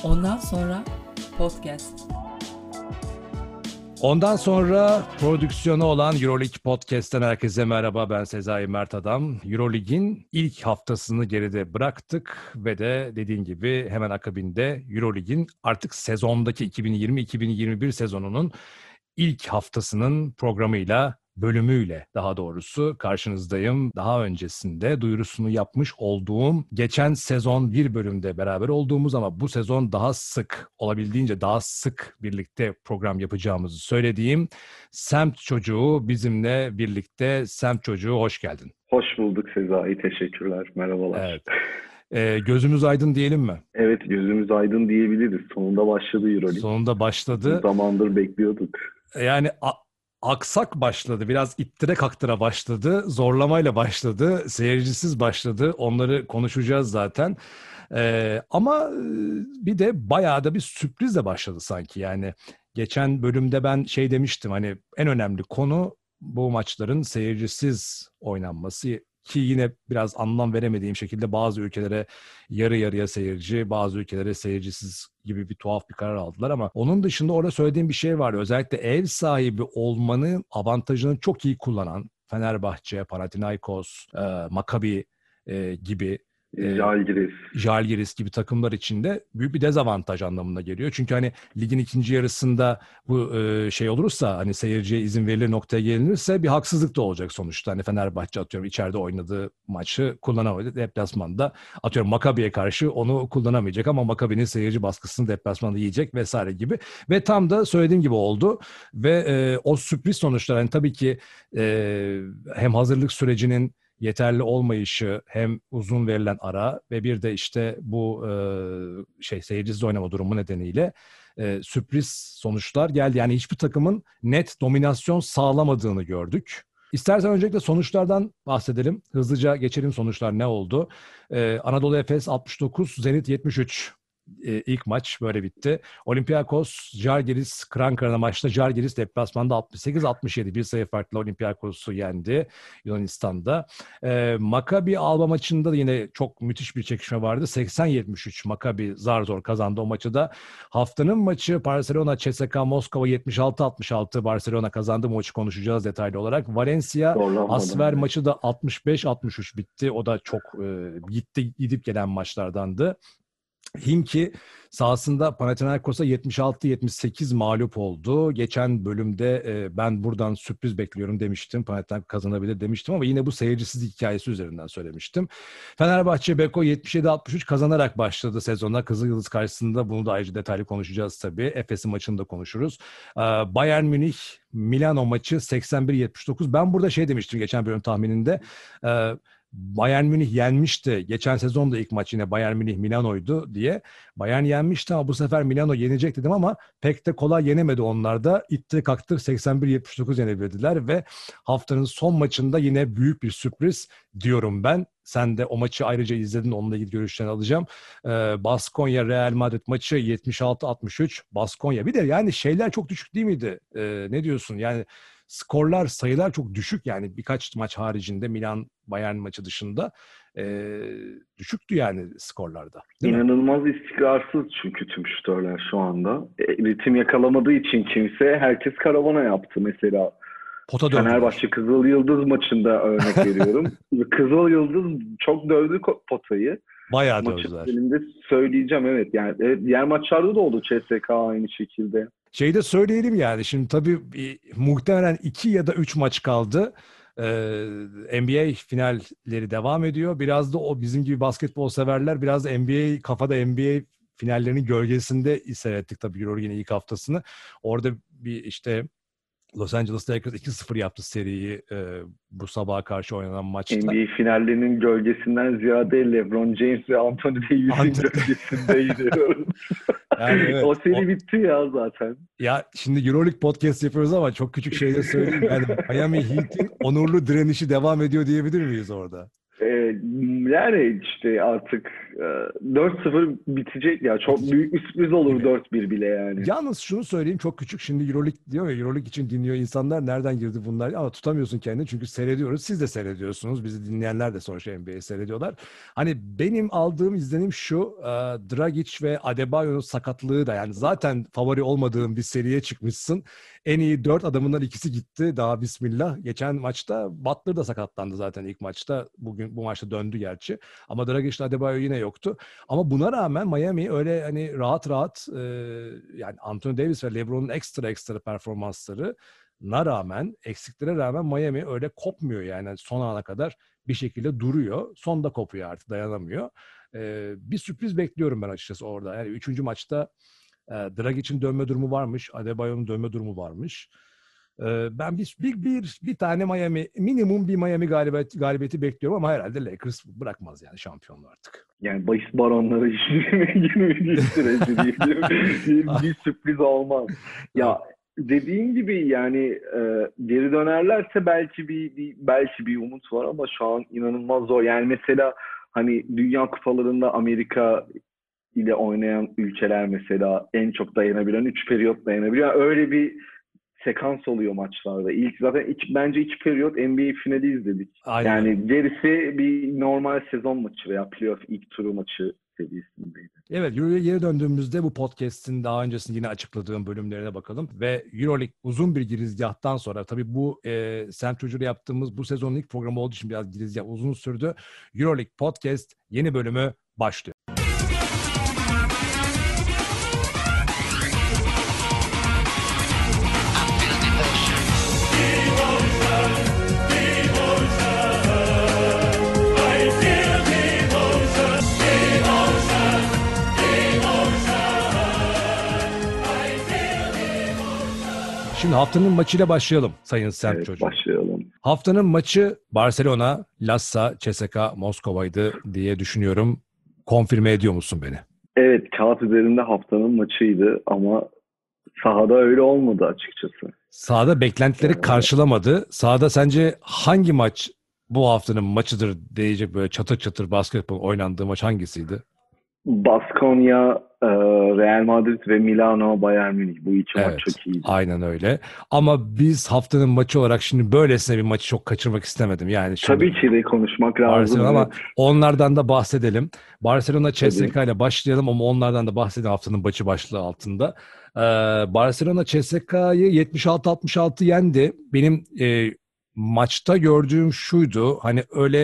Ondan sonra podcast. Ondan sonra prodüksiyonu olan Euroleague Podcast'ten herkese merhaba. Ben Sezai Mert Adam. Euroleague'in ilk haftasını geride bıraktık ve de dediğin gibi hemen akabinde Euroleague'in artık sezondaki 2020-2021 sezonunun ilk haftasının programıyla, bölümüyle daha doğrusu karşınızdayım. Daha öncesinde duyurusunu yapmış olduğum geçen sezon bir bölümde beraber olduğumuz ama bu sezon daha sık, olabildiğince daha sık birlikte program yapacağımızı söylediğim Semt Çocuğu bizimle birlikte. Semt Çocuğu hoş geldin. Hoş bulduk Sezai, teşekkürler, merhabalar. Evet. Gözümüz aydın diyelim mi? Evet, gözümüz aydın diyebiliriz. Sonunda başladı Euroleague. Sonunda başladı. Zamandır bekliyorduk. Yani aksak başladı. Biraz ittire kaktıra başladı. Zorlamayla başladı. Seyircisiz başladı. Onları konuşacağız zaten. Ama bir de bayağı da bir sürprizle başladı sanki. Yani geçen bölümde ben demiştim, hani en önemli konu bu maçların seyircisiz oynanması. Ki yine biraz anlam veremediğim şekilde bazı ülkelere yarı yarıya seyirci, bazı ülkelere seyircisiz gibi bir tuhaf bir karar aldılar ama onun dışında orada söylediğim bir şey vardı. Özellikle ev sahibi olmanın avantajını çok iyi kullanan Fenerbahçe, Panathinaikos, Maccabi gibi Žalgiris gibi takımlar için de büyük bir dezavantaj anlamına geliyor. Çünkü hani ligin ikinci yarısında bu olursa, hani seyirciye izin verilir noktaya gelinirse bir haksızlık da olacak sonuçta. Hani Fenerbahçe atıyorum içeride oynadığı maçı kullanamadı. Deplasmanda atıyorum Maccabi'ye karşı onu kullanamayacak ama Maccabi'nin seyirci baskısını deplasmanda yiyecek vesaire gibi. Ve tam da söylediğim gibi oldu. Ve o sürpriz sonuçlar hani tabii ki hem hazırlık sürecinin yeterli olmayışı, hem uzun verilen ara ve bir de işte bu seyircisiz oynama durumu nedeniyle sürpriz sonuçlar geldi. Yani hiçbir takımın net dominasyon sağlamadığını gördük. İstersen öncelikle sonuçlardan bahsedelim. Hızlıca geçelim, sonuçlar ne oldu? Anadolu Efes 69, Zenit 73. İlk maç böyle bitti. Olympiakos, Žalgiris, Kranjčar'a maçta Žalgiris deplasmanda 68-67 bir sayı farklı Olympiakos'u yendi Yunanistan'da. Maccabi Alba maçında da yine çok müthiş bir çekişme vardı. 80-73 Maccabi zar zor kazandı o maçı da. Haftanın maçı Barcelona CSKA Moskova 76-66 Barcelona kazandı. Bu maçı konuşacağız detaylı olarak. Valencia Asver maçı da 65-63 bitti. O da çok gidip gelen maçlardandı. Himki sahasında Panathinaikos'a 76-78 mağlup oldu. Geçen bölümde ben buradan sürpriz bekliyorum demiştim. Panathinaikos kazanabilir demiştim ama yine bu seyircisizlik hikayesi üzerinden söylemiştim. Fenerbahçe Beko 77-63 kazanarak başladı sezona. Kızılyıldız karşısında, bunu da ayrıca detaylı konuşacağız tabii. Efes'in maçını da konuşuruz. Bayern Münih Milano maçı 81-79. Ben burada demiştim geçen bölüm tahmininde. Bayern Münih yenmişti. Geçen sezon da ilk maç yine Bayern Münih Milano'ydu diye. Bayern yenmişti ama bu sefer Milano yenecek dedim ama pek de kolay yenemedi onlar da. İttiri kaktır 81-79 yenebildiler ve haftanın son maçında yine büyük bir sürpriz diyorum ben. Sen de o maçı ayrıca izledin, onunla ilgili görüşlerini alacağım. Baskonya Real Madrid maçı 76-63. Baskonya, bir de yani şeyler çok düşük değil miydi? Ne diyorsun? Yani skorlar, sayılar çok düşük yani, birkaç maç haricinde Milan Bayern maçı dışında düşüktü yani skorlarda. İnanılmaz istikrarsız çünkü tüm şütörler şu anda. Ritim yakalamadığı için herkes karavana yaptı mesela. Fenerbahçe Kızılyıldız maçında örnek veriyorum. Kızılyıldız çok dövdü potayı. Bayağı dövdüler. Maçın söyleyeceğim, evet. Yani diğer maçlarda da oldu CSKA aynı şekilde. De söyleyelim yani, şimdi tabii muhtemelen 2 ya da 3 maç kaldı. NBA finalleri devam ediyor. Biraz da o bizim gibi basketbol severler biraz da NBA finallerinin gölgesinde seyrettik tabii Euroleague'nin ilk haftasını. Orada bir Los Angeles Lakers 2-0 yaptı seriyi bu sabaha karşı oynanan maçta. NBA finallerinin gölgesinden ziyade LeBron James ve Anthony Davis'in gölgesindeydi. Yani evet, o seri bitti ya zaten. Ya şimdi Euroleague podcast yapıyoruz ama çok küçük şeyler söyleyeyim. Yani Miami Heat'in onurlu direnişi devam ediyor diyebilir miyiz orada? Yani işte artık 4-0 bitecek ya. Çok büyük bir sürpriz olur 4-1 bile yani. Yalnız şunu söyleyeyim, çok küçük, şimdi Euroleague diyor ya, Euroleague için dinliyor insanlar, nereden girdi bunlar, ama tutamıyorsun kendini çünkü seyrediyoruz, siz de seyrediyorsunuz, bizi dinleyenler de sonuçta NBA'yi seyrediyorlar. Hani benim aldığım izlenim şu, Dragic ve Adebayo'nun sakatlığı da, yani zaten favori olmadığın bir seriye çıkmışsın, en iyi 4 adamından ikisi gitti daha bismillah. Geçen maçta Butler da sakatlandı zaten ilk maçta, bugün bu maçta döndü gerçi, ama Dragic ile Adebayo yine yoktu. Ama buna rağmen Miami öyle hani rahat rahat, yani Anthony Davis ve LeBron'un ekstra performanslarına rağmen, eksiklere rağmen Miami öyle kopmuyor yani son ana kadar bir şekilde duruyor. Sonda kopuyor, artık dayanamıyor. Bir sürpriz bekliyorum ben açıkçası orada. Yani 3. maçta Dragic'in dönme durumu varmış, Adebayo'nun dönme durumu varmış. Ben bir tane Miami, minimum bir Miami galibiyeti bekliyorum ama herhalde Lakers bırakmaz yani şampiyonluğu artık. Yani bahis baronları işine girmediği sürece bir sürpriz olmaz. Ya dediğin gibi yani geri dönerlerse belki bir umut var ama şu an inanılmaz zor. Yani mesela hani Dünya Kupalarında Amerika ile oynayan ülkeler mesela en çok dayanabilen 3 periyot dayanabiliyor. Yani öyle bir sekans oluyor maçlarda. Bence 2 periyot NBA finali izledik. Aynen. Yani gerisi bir normal sezon maçı veya playoff ilk turu maçı seviyesindeydi. Evet, Euroleague'e geri döndüğümüzde bu podcast'in daha öncesinde yine açıkladığım bölümlerine bakalım. Ve Euroleague uzun bir girizgahtan sonra, tabii bu Sam Çocuğu'yla yaptığımız bu sezonun ilk programı olduğu için biraz girizgah uzun sürdü. Euroleague Podcast yeni bölümü başlıyor. Şimdi haftanın maçıyla başlayalım Sayın Sam Evet, Çocuğu. başlayalım. Haftanın maçı Barcelona, Lhasa, CSKA Moskova'ydı diye düşünüyorum. Konfirme ediyor musun beni? Evet, kağıt üzerinde haftanın maçıydı ama sahada öyle olmadı açıkçası. Sahada beklentileri karşılamadı. Sahada sence hangi maç bu haftanın maçıdır diyecek, böyle çatır çatır basketbol oynandığı maç hangisiydi? Baskonya, Real Madrid ve Milano, Bayern Münih. Bu iki maç çok iyiydi. Aynen öyle. Ama biz haftanın maçı olarak şimdi böylesine bir maçı çok kaçırmak istemedim. Yani şimdi tabii ki de konuşmak lazım. Ama onlardan da bahsedelim. Barcelona CSKA ile başlayalım ama onlardan da bahsedelim haftanın maçı başlığı altında. Barcelona CSKA'yı 76-66 yendi. Benim maçta gördüğüm şuydu. Hani öyle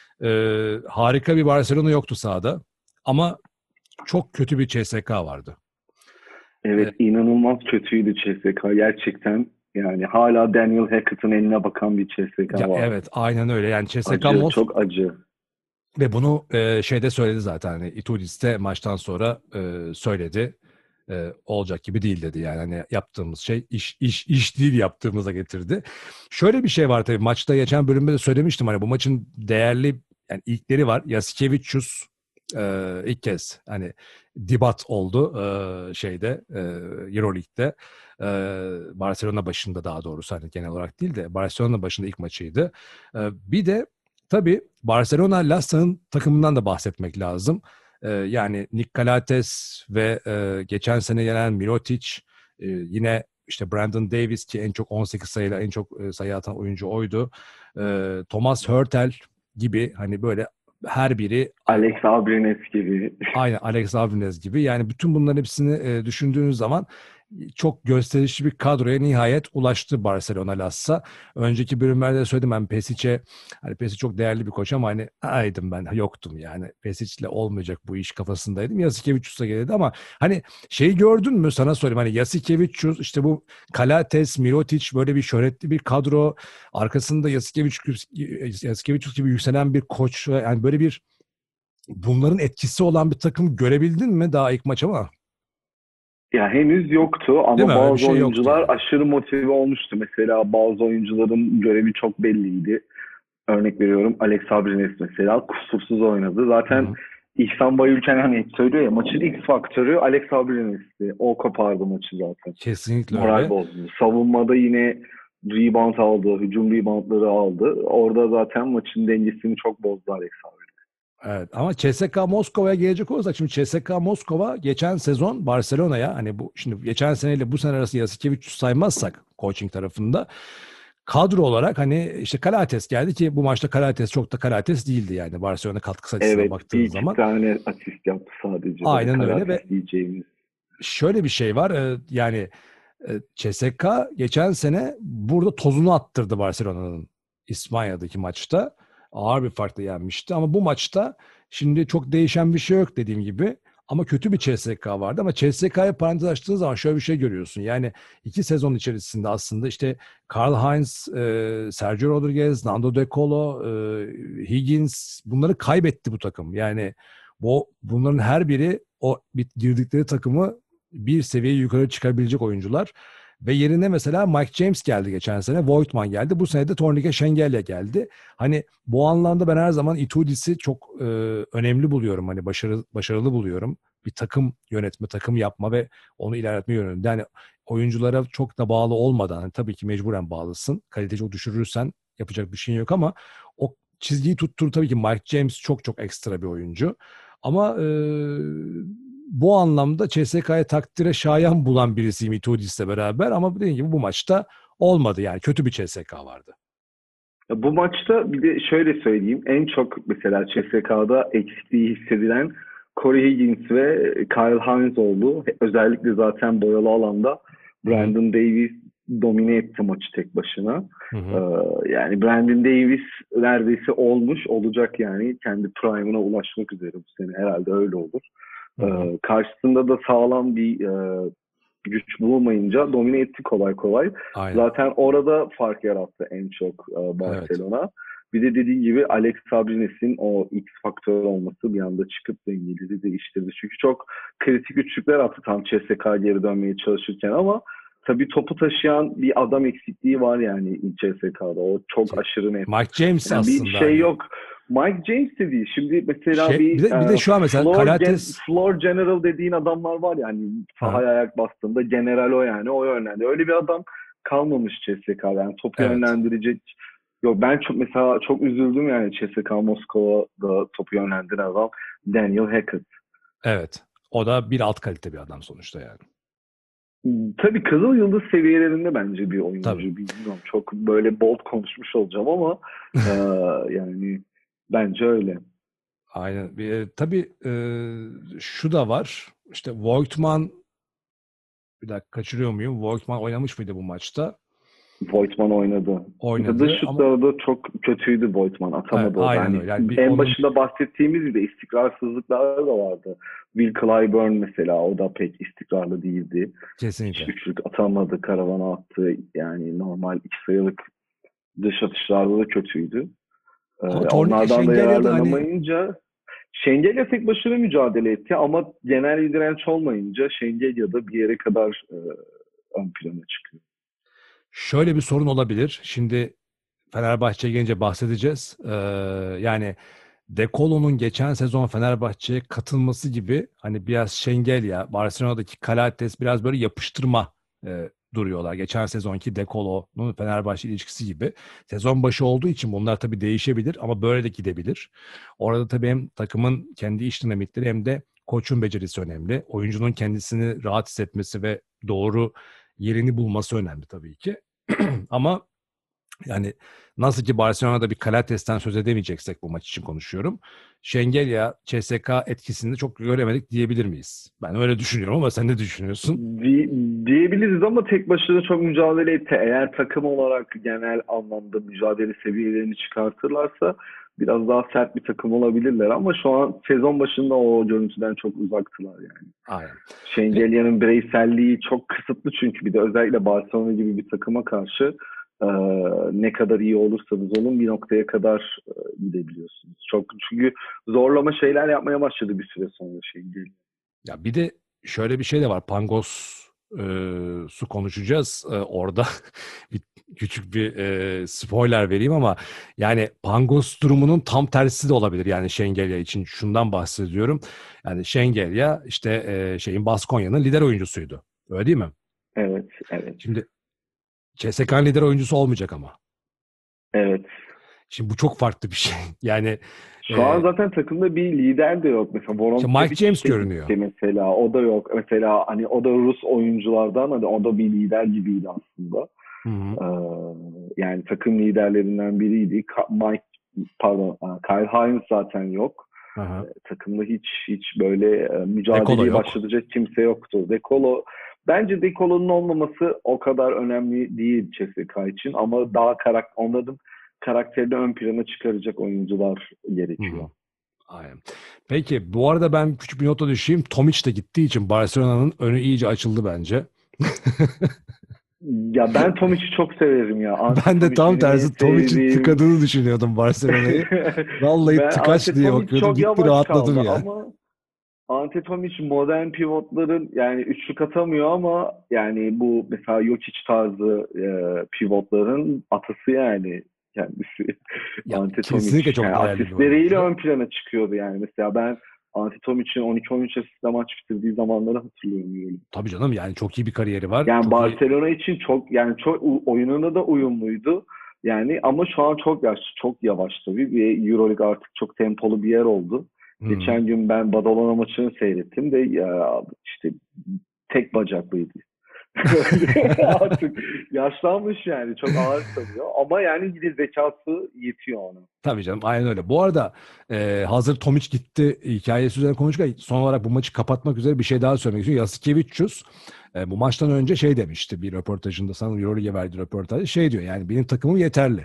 harika bir Barcelona yoktu sahada. Ama çok kötü bir CSKA vardı. Evet, inanılmaz kötüydü CSKA gerçekten. Yani hala Daniel Hackett'ın eline bakan bir CSKA var. Evet, aynen öyle. Yani CSKA acı, çok acı. Ve bunu şeyde söyledi zaten. Hani Itudis'te maçtan sonra söyledi. Olacak gibi değil dedi. Yani hani yaptığımız şey iş değil, yaptığımıza getirdi. Şöyle bir şey var tabii. Maçta geçen bölümde de söylemiştim. Hani bu maçın değerli yani ilkleri var. Jasikevicius ilk kez hani debat oldu şeyde Euroleague'de. Barcelona başında, daha doğrusu hani genel olarak değil de Barcelona başında ilk maçıydı. Bir de tabii Barcelona Lassa'nın takımından da bahsetmek lazım. Yani Nick Calates ve geçen sene gelen Mirotic, yine işte Brandon Davis ki en çok 18 sayıyla en çok sayı atan oyuncu oydu. Thomas Hurtel gibi, hani böyle her biri Alex Abrines gibi. Aynen, Alex Abrines gibi. Yani bütün bunların hepsini düşündüğünüz zaman çok gösterişli bir kadroya nihayet ulaştı Barcelona Lassa. Önceki bölümlerde söyledim, ben Pesic'e, hani Pesic çok değerli bir koç ama hani ben yoktum yani. Pesic'le olmayacak bu iş kafasındaydım. Jasikevicius'a geldi ama hani şey gördün mü, sana sorayım, hani Jasikevicius, işte bu Calates, Mirotic, böyle bir şöhretli bir kadro. Arkasında Jasikevicius gibi yükselen bir koç, yani böyle bir bunların etkisi olan bir takım görebildin mi daha ilk maç ama? Ya henüz yoktu ama bazı oyuncular aşırı motive olmuştu. Mesela bazı oyuncuların görevi çok belliydi. Örnek veriyorum, Alex Abrines mesela kusursuz oynadı. Zaten İhsan Bayülken hani hep söylüyor ya, maçın X faktörü Alex Abrines'ti. O kopardı maçı zaten. Kesinlikle moral öyle. bozdu. Savunmada yine rebound aldı, hücum reboundları aldı. Orada zaten maçın dengesini çok bozdu Alex Avery. Evet ama CSKA Moskova'ya gelecek olursak şimdi CSKA Moskova geçen sezon Barcelona'ya hani bu şimdi geçen seneyle bu sene arası Yasikevicius'u saymazsak coaching tarafında kadro olarak hani işte Kalates geldi ki bu maçta Kalates çok da Kalates değildi yani Barcelona katkısı açısından Evet, baktığın bir iki zaman. tane asist yaptı sadece. Aynen öyle ve diyeceğimiz. şöyle bir şey var yani CSKA geçen sene burada tozunu attırdı Barcelona'nın İspanya'daki maçta. Ağır bir farkla yenmişti ama bu maçta şimdi çok değişen bir şey yok dediğim gibi. Ama kötü bir CSKA vardı ama CSKA'ya parantez açtığın zaman şöyle bir şey görüyorsun. Yani 2 sezon içerisinde aslında işte Karl-Heinz, Sergio Rodriguez, Nando De Colo, Higgins bunları kaybetti bu takım. Yani bunların her biri o girdikleri takımı bir seviye yukarı çıkabilecek oyuncular. Ve yerine mesela Mike James geldi geçen sene. Voigtman geldi. Bu sene de Tornike Shengelya geldi. Hani bu anlamda ben her zaman Itudis'i çok önemli buluyorum. Hani başarılı buluyorum. Bir takım yönetme, takım yapma ve onu ilerletme yönünde. Yani oyunculara çok da bağlı olmadan hani tabii ki mecburen bağlısın. Kalite çok düşürürsen yapacak bir şeyin yok ama o çizgiyi tuttur tabii ki Mike James çok çok ekstra bir oyuncu. Ama bu anlamda CSK'ya takdire şayan bulan birisiyim Itudis'le beraber ama dediğim gibi bu maçta olmadı yani kötü bir CSK vardı. Bu maçta bir de şöyle söyleyeyim. En çok mesela CSK'da eksikliği hissedilen Corey Higgins ve Kyle Hines oldu. Özellikle zaten boyalı alanda Brandon Davis domine etti maçı tek başına. Yani Brandon Davis neredeyse olacak yani. Kendi prime'ına ulaşmak üzere bu sene. Herhalde öyle olur. Karşısında da sağlam bir güç bulmayınca domine etti kolay kolay. Aynen. Zaten orada fark yarattı en çok Barcelona. Evet. Bir de dediğin gibi Alex Sabrines'in o X faktör olması bir anda çıkıp dengeleri değiştirdi. Çünkü çok kritik üçlükler attı tam CSKA geri dönmeye çalışırken ama tabii topu taşıyan bir adam eksikliği var yani CSKA'da. O çok aşırı net. Mike James yani aslında. Bir şey hani yok. Mike James de değil. Şimdi mesela bir de şu an mesela floor general dediğin adamlar var yani sahaya ayak bastığında general o yani o yönlendi. Öyle bir adam kalmamış CSKA'da. Yani topu yönlendirecek. Yok ben çok üzüldüm yani CSKA Moskova'da topu yönlendiren adam Daniel Hackett. Evet. O da bir alt kalite bir adam sonuçta yani. Tabii Kızıl Yıldız seviyelerinde bence bir oyuncu. Tabii. Bilmiyorum çok böyle bold konuşmuş olacağım ama yani bence öyle. Aynen. Tabii şu da var. İşte Voigtman bir dakika kaçırıyor muyum? Voigtman oynamış mıydı bu maçta? Voigtman oynadı. Dış şutları da çok kötüydü Voigtman. Atamadı. Evet, aynen öyle. Yani en başında bahsettiğimiz gibi istikrarsızlıklar da vardı. Will Clyburn mesela o da pek istikrarlı değildi. Kesinlikle. Üçlük atamadı, karavana attı. Yani normal 2 sayılık dış atışlarda da kötüydü. Onlardan da yararlanamayınca Şengelya tek başına mücadele etti ama genel bir direnç olmayınca Şengelya da bir yere kadar ön plana çıkıyor. Şöyle bir sorun olabilir. Şimdi Fenerbahçe'ye gelince bahsedeceğiz. Yani De Colo'nun geçen sezon Fenerbahçe'ye katılması gibi hani biraz Şengelya, Barcelona'daki Kalates biraz böyle yapıştırma duruyorlar. Geçen sezonki De Colo'nun Fenerbahçe ilişkisi gibi. Sezon başı olduğu için bunlar tabii değişebilir ama böyle de gidebilir. Orada tabii hem takımın kendi iş dinamikleri hem de koçun becerisi önemli. Oyuncunun kendisini rahat hissetmesi ve doğru yerini bulması önemli tabii ki. Ama yani nasıl ki Barcelona'da bir Kalates'ten söz edemeyeceksek bu maç için konuşuyorum. Şengelya, CSKA etkisini çok göremedik diyebilir miyiz? Ben öyle düşünüyorum ama sen ne düşünüyorsun? Diyebiliriz ama tek başına çok mücadele etti. Eğer takım olarak genel anlamda mücadele seviyelerini çıkartırlarsa biraz daha sert bir takım olabilirler ama şu an sezon başında o görüntüden çok uzaktılar yani. Aynen. Şengelya'nın bireyselliği çok kısıtlı çünkü bir de özellikle Barcelona gibi bir takıma karşı ne kadar iyi olursanız olun bir noktaya kadar gidebiliyorsunuz. Çünkü zorlama şeyler yapmaya başladı bir süre sonra Şengelya. Ya bir de şöyle bir şey de var. Pangos su konuşacağız. Orada küçük bir spoiler vereyim ama yani Pangos durumunun tam tersi de olabilir. Yani Şengelya için şundan bahsediyorum. Yani Şengelya işte Baskonya'nın lider oyuncusuydu. Öyle değil mi? Evet, evet. Şimdi CSK'nın lider oyuncusu olmayacak ama. Evet. Şimdi bu çok farklı bir şey. Yani şu an zaten takımda bir lider de yok. Mesela Mike James de görünüyor. Mesela o da yok. Mesela hani o da Rus oyunculardan, hani o da bir lider gibiydi aslında. Yani takım liderlerinden biriydi. Kyle Hines zaten yok. Takımda hiç böyle mücadeleye başlatacak kimse yoktu. Bence De Colo'nun olmaması o kadar önemli değil CSKA için, ama daha onların karakterini ön plana çıkaracak oyuncular gerekiyor. Aynen. Peki bu arada ben küçük bir nota düşeyim. Tomic de gittiği için Barcelona'nın önü iyice açıldı bence. Ya ben Tomic'i çok severim ya. Ben de tam tersi Tomic'in tıkadığını düşünüyordum Barcelona'yı. Vallahi tıkaç diye bakıyordum. Gitti, rahatladım ya. Ama Ante Tomic modern pivotların, yani üçlük atamıyor ama yani bu mesela Jokic tarzı pivotların atası yani kendisi. Ante kesinlikle Tomic çok yani değerli asistleriyle ön plana çıkıyordu yani. Mesela ben Ante Tomic'in 12-13 asistle maç bitirdiği zamanları hatırlıyorum. Tabii canım, yani çok iyi bir kariyeri var. Yani çok Barcelona için çok oyununa da uyumluydu. Yani ama şu an çok yaşlı, çok yavaş tabii. Euroleague artık çok tempolu bir yer oldu. Geçen gün ben Badalona maçını seyrettim de ya işte tek bacaklıydı. Artık yaşlanmış yani, çok ağır sanıyor. Ama yani yine zekası yetiyor ona. Tabii canım, aynen öyle. Bu arada hazır Tomic gitti hikayesi üzerine konuşurken son olarak bu maçı kapatmak üzere bir şey daha söylemek istiyorum. Jasikevicius bu maçtan önce şey demişti bir röportajında, sanırım Euroleague'e verdiği röportajda, şey diyor yani benim takımım yeterli.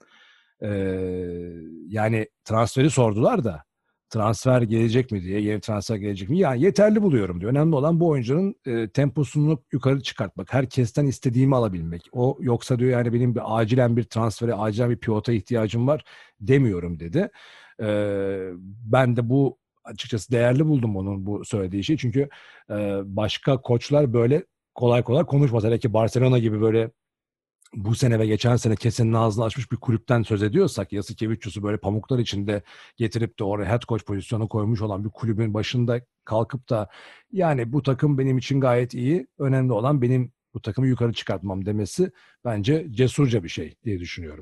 Yani transferi sordular da transfer gelecek mi diye, yeni transfer gelecek mi? Yani yeterli buluyorum diyor. Önemli olan bu oyuncunun temposunu yukarı çıkartmak. Herkesten istediğimi alabilmek. O yoksa diyor yani benim acilen bir transfere, acilen bir pivota ihtiyacım var demiyorum dedi. Ben de bu açıkçası değerli buldum onun bu söylediği şeyi. Çünkü başka koçlar böyle kolay kolay konuşmaz. Hele ki Barcelona gibi böyle bu sene ve geçen sene kesenin ağzını açmış bir kulüpten söz ediyorsak, Jasikevicius'u böyle pamuklar içinde getirip de oraya head coach pozisyonu koymuş olan bir kulübün başında kalkıp da yani bu takım benim için gayet iyi, önemli olan benim bu takımı yukarı çıkartmam demesi bence cesurca bir şey diye düşünüyorum.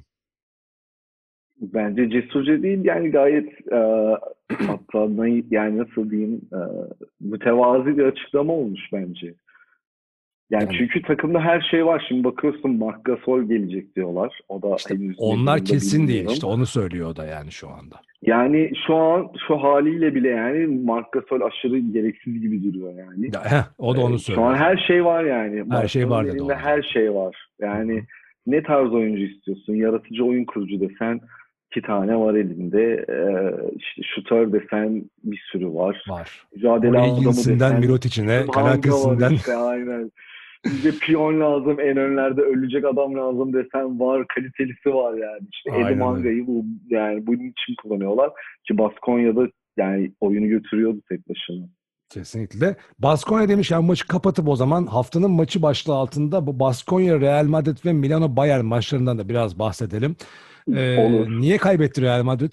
Bence cesurca değil yani, gayet hatta yani nasıl diyeyim, mütevazi bir açıklama olmuş bence. Yani çünkü takımda her şey var. Şimdi bakıyorsun Marc Gasol gelecek diyorlar. O da işte henüz onlar kesin bilmiyorum. değil. İşte onu söylüyor o da yani şu anda. Yani şu an şu haliyle bile yani Marc Gasol aşırı gereksiz gibi duruyor yani. O da onu söylüyor. Şu an her şey var yani. Her şey var dedi. Her şey var. Yani ne tarz oyuncu istiyorsun? Yaratıcı oyun kurucu desen 2 tane var elinde. İşte şutör desen bir sürü var. Mücadele adamı desen Mirotic'ine, Kalakis'inden. İşte, aynen. Bize piyon lazım, en önlerde ölecek adam lazım desen var, kalitelisi var yani. İşte Eddie Manga'yı yani bunun için kullanıyorlar ki Baskonya'da yani oyunu götürüyordu tek başına. Kesinlikle. Baskonya demiş yani, maçı kapatıp o zaman haftanın maçı başlığı altında bu Baskonya, Real Madrid ve Milano Bayern maçlarından da biraz bahsedelim. Olur. Niye kaybetti Real Madrid?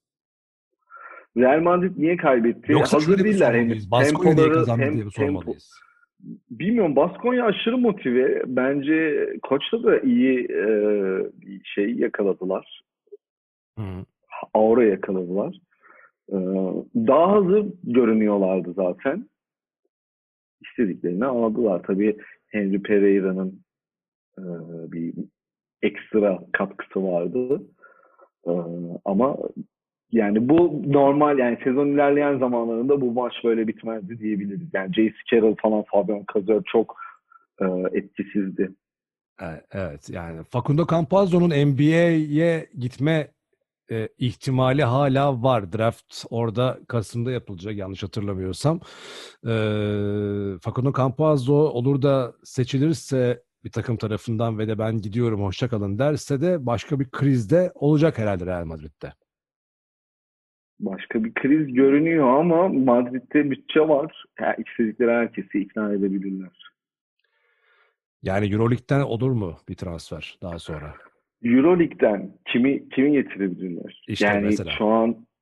Real Madrid niye kaybetti? Yoksa hazır değiller henüz. Baskonya niye kazandı diye sormalıyız. Bilmiyorum. Baskonya aşırı motive. Bence koçla da iyi bir şey yakaladılar. Aura yakaladılar. Daha hazır görünüyorlardı zaten. İstediklerini aldılar. Tabii Henry Pereira'nın bir ekstra katkısı vardı. Ama yani bu normal, yani sezon ilerleyen zamanlarında bu maç böyle bitmezdi diyebiliriz. Yani J.C. Carroll falan, Fabian Cassel çok etkisizdi. Evet, yani Facundo Campazzo'nun NBA'ye gitme ihtimali hala var. Draft orada Kasım'da yapılacak yanlış hatırlamıyorsam. Facundo Campazzo olur da seçilirse bir takım tarafından ve de ben gidiyorum hoşça kalın derse de başka bir kriz de olacak herhalde Real Madrid'de. Başka bir kriz görünüyor ama Madrid'de bütçe var. Yani istedikleri herkesi ikna edebilirler. Yani Euroleague'den olur mu bir transfer daha sonra? Euroleague'den kimi getirebilirler? İşte yani mesela.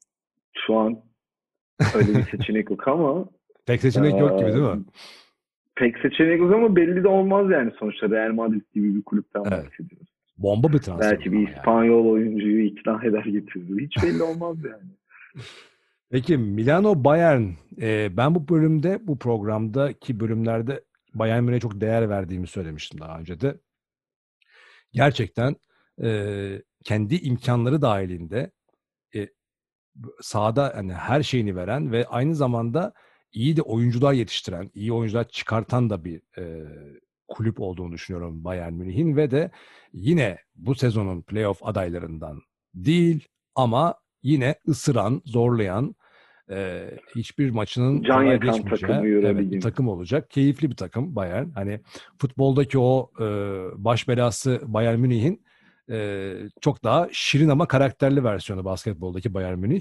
şu an öyle bir seçenek yok ama pek seçenek yok gibi değil mi? Pek seçenek yok ama belli de olmaz yani sonuçta. Real Madrid gibi bir kulüpten bahsediyoruz. Bomba bir transfer. Belki bir İspanyol oyuncuyu ikna eder getirir. Hiç belli olmaz yani. Peki Milano Bayern, ben bu programdaki bölümlerde Bayern Münih'e çok değer verdiğimi söylemiştim daha önce de. Gerçekten kendi imkanları dahilinde sahada yani her şeyini veren ve aynı zamanda iyi de oyuncular yetiştiren, iyi oyuncular çıkartan da bir kulüp olduğunu düşünüyorum Bayern Münih'in ve de yine bu sezonun playoff adaylarından değil ama yine ısıran, zorlayan, hiçbir maçının kolay geçmeyeceği bir takım olacak. Keyifli bir takım Bayern. Hani futboldaki o baş belası Bayern Münih'in çok daha şirin ama karakterli versiyonu basketboldaki Bayern Münih.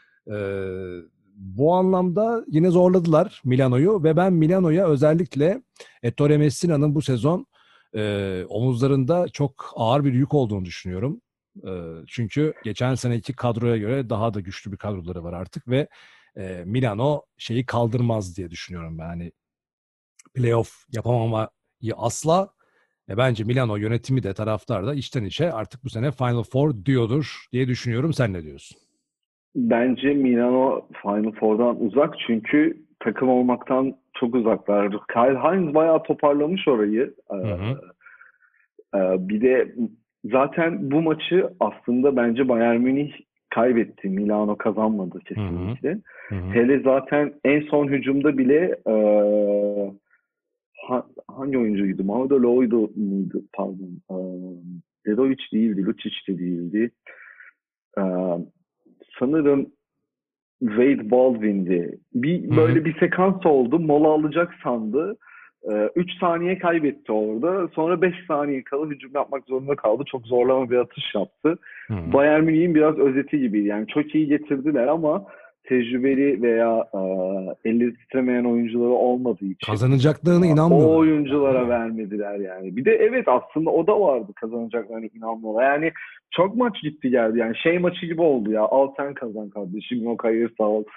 Bu anlamda yine zorladılar Milano'yu ve ben Milano'ya özellikle Ettore Messina'nın bu sezon omuzlarında çok ağır bir yük olduğunu düşünüyorum. Çünkü geçen seneki kadroya göre daha da güçlü bir kadroları var artık ve Milano şeyi kaldırmaz diye düşünüyorum ben. Hani playoff yapamamayı asla. Bence Milano yönetimi de taraftar da içten içe artık bu sene Final Four diyordur diye düşünüyorum. Sen ne diyorsun? Bence Milano Final Four'dan uzak çünkü takım olmaktan çok uzaklar. Kyle Hines bayağı toparlamış orayı. Bir de zaten bu maçı aslında bence Bayern Münih kaybetti. Milano kazanmadı kesinlikle. Hele zaten en son hücumda bile hangi oyuncuydu? Mauro Loido muydu? Pardon. Dedovic değildi. Lucic de değildi. Sanırım Wade Baldwin'di. Böyle bir sekans oldu. Mola alacak sandı. 3 saniye kaybetti orada. Sonra 5 saniye kala hücum yapmak zorunda kaldı. Çok zorlama bir atış yaptı. Bayern Münih'in biraz özeti gibi. Yani çok iyi getirdiler ama tecrübeli veya eli titremeyen oyuncuları olmadığı için kazanacaklarına inanmıyorum. O oyunculara vermediler yani. Bir de evet aslında o da vardı kazanacaklarına inanmıyorlar. Yani çok maç gitti geldi. Yani şey maçı gibi oldu ya. Al sen kazan kardeşim. Yok hayır sağ ol.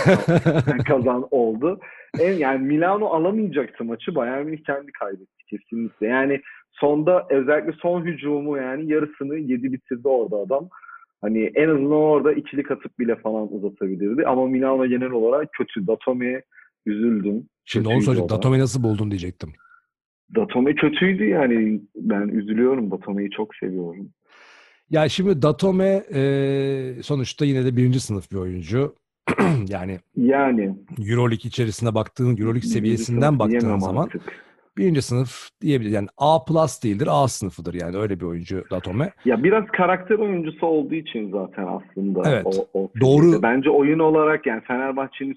Sen kazan oldu. Yani Milano alamayacaktı maçı. Bayern Münih kendi kaybetti kesinlikle. Yani sonda özellikle son hücumu yani yarısını yedi bitirdi orada adam. Hani en azından orada ikilik atıp bile falan uzatabilirdi. Ama Milano genel olarak kötü. Datome'ye üzüldüm. Şimdi onu soracağım. Datome'yi nasıl buldun diyecektim. Datome kötüydü yani. Ben üzülüyorum. Datome'yi çok seviyorum. Ya şimdi Datome sonuçta yine de birinci sınıf bir oyuncu. yani Euroleague içerisinde Euroleague seviyesinden baktığın zaman artık. Birinci sınıf diyebiliriz. Yani A plus değildir, A sınıfıdır yani öyle bir oyuncu Datome. Ya biraz karakter oyuncusu olduğu için zaten aslında. Evet. Doğru. Bence oyun olarak yani Fenerbahçe'nin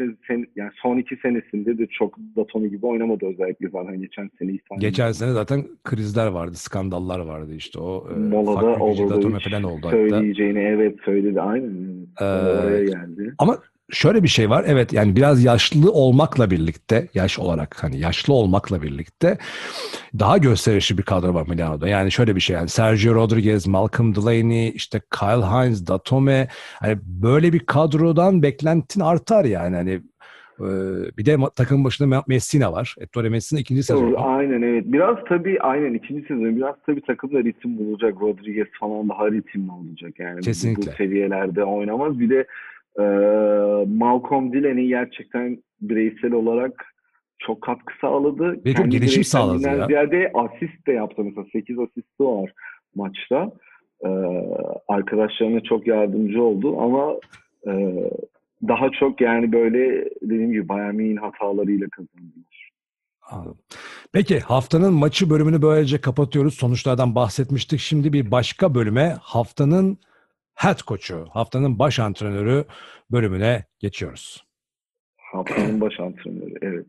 son iki senesinde de çok Datome gibi oynamadı özellikle zaten geçen sene. Geçen sene zaten krizler vardı, skandallar vardı işte o. Molada oldu. Datome falan oldu söyleyeceğini söyledi. Aynen. Oraya geldi. Ama şöyle bir şey var. Evet yani biraz yaşlı olmakla birlikte yaşlı olmakla birlikte daha gösterişli bir kadro var Milano'da. Yani şöyle bir şey yani Sergio Rodriguez, Malcolm Delaney, işte Kyle Hines, Datome hani böyle bir kadrodan beklentin artar yani hani bir de takım başında Messina var. Ettore Messina ikinci sezonu. Aynen evet. Biraz tabii ikinci sezon. Biraz tabii takımda ritim bulacak. Rodriguez falan daha ritimli olacak. Yani kesinlikle. Bu seviyelerde oynamaz. Bir de Malcolm Delaney gerçekten bireysel olarak çok katkı sağladı. Ve çok gelişim sağladı ya. Ziyade asist de yaptı. Mesela 8 asisti var maçta. Arkadaşlarına çok yardımcı oldu ama daha çok yani böyle dediğim gibi Bayern Münih'in hatalarıyla kazandılar. Anladım. Peki haftanın maçı bölümünü böylece kapatıyoruz. Sonuçlardan bahsetmiştik. Şimdi bir başka bölüme haftanın head coach'u, haftanın baş antrenörü bölümüne geçiyoruz. Haftanın baş antrenörü, evet.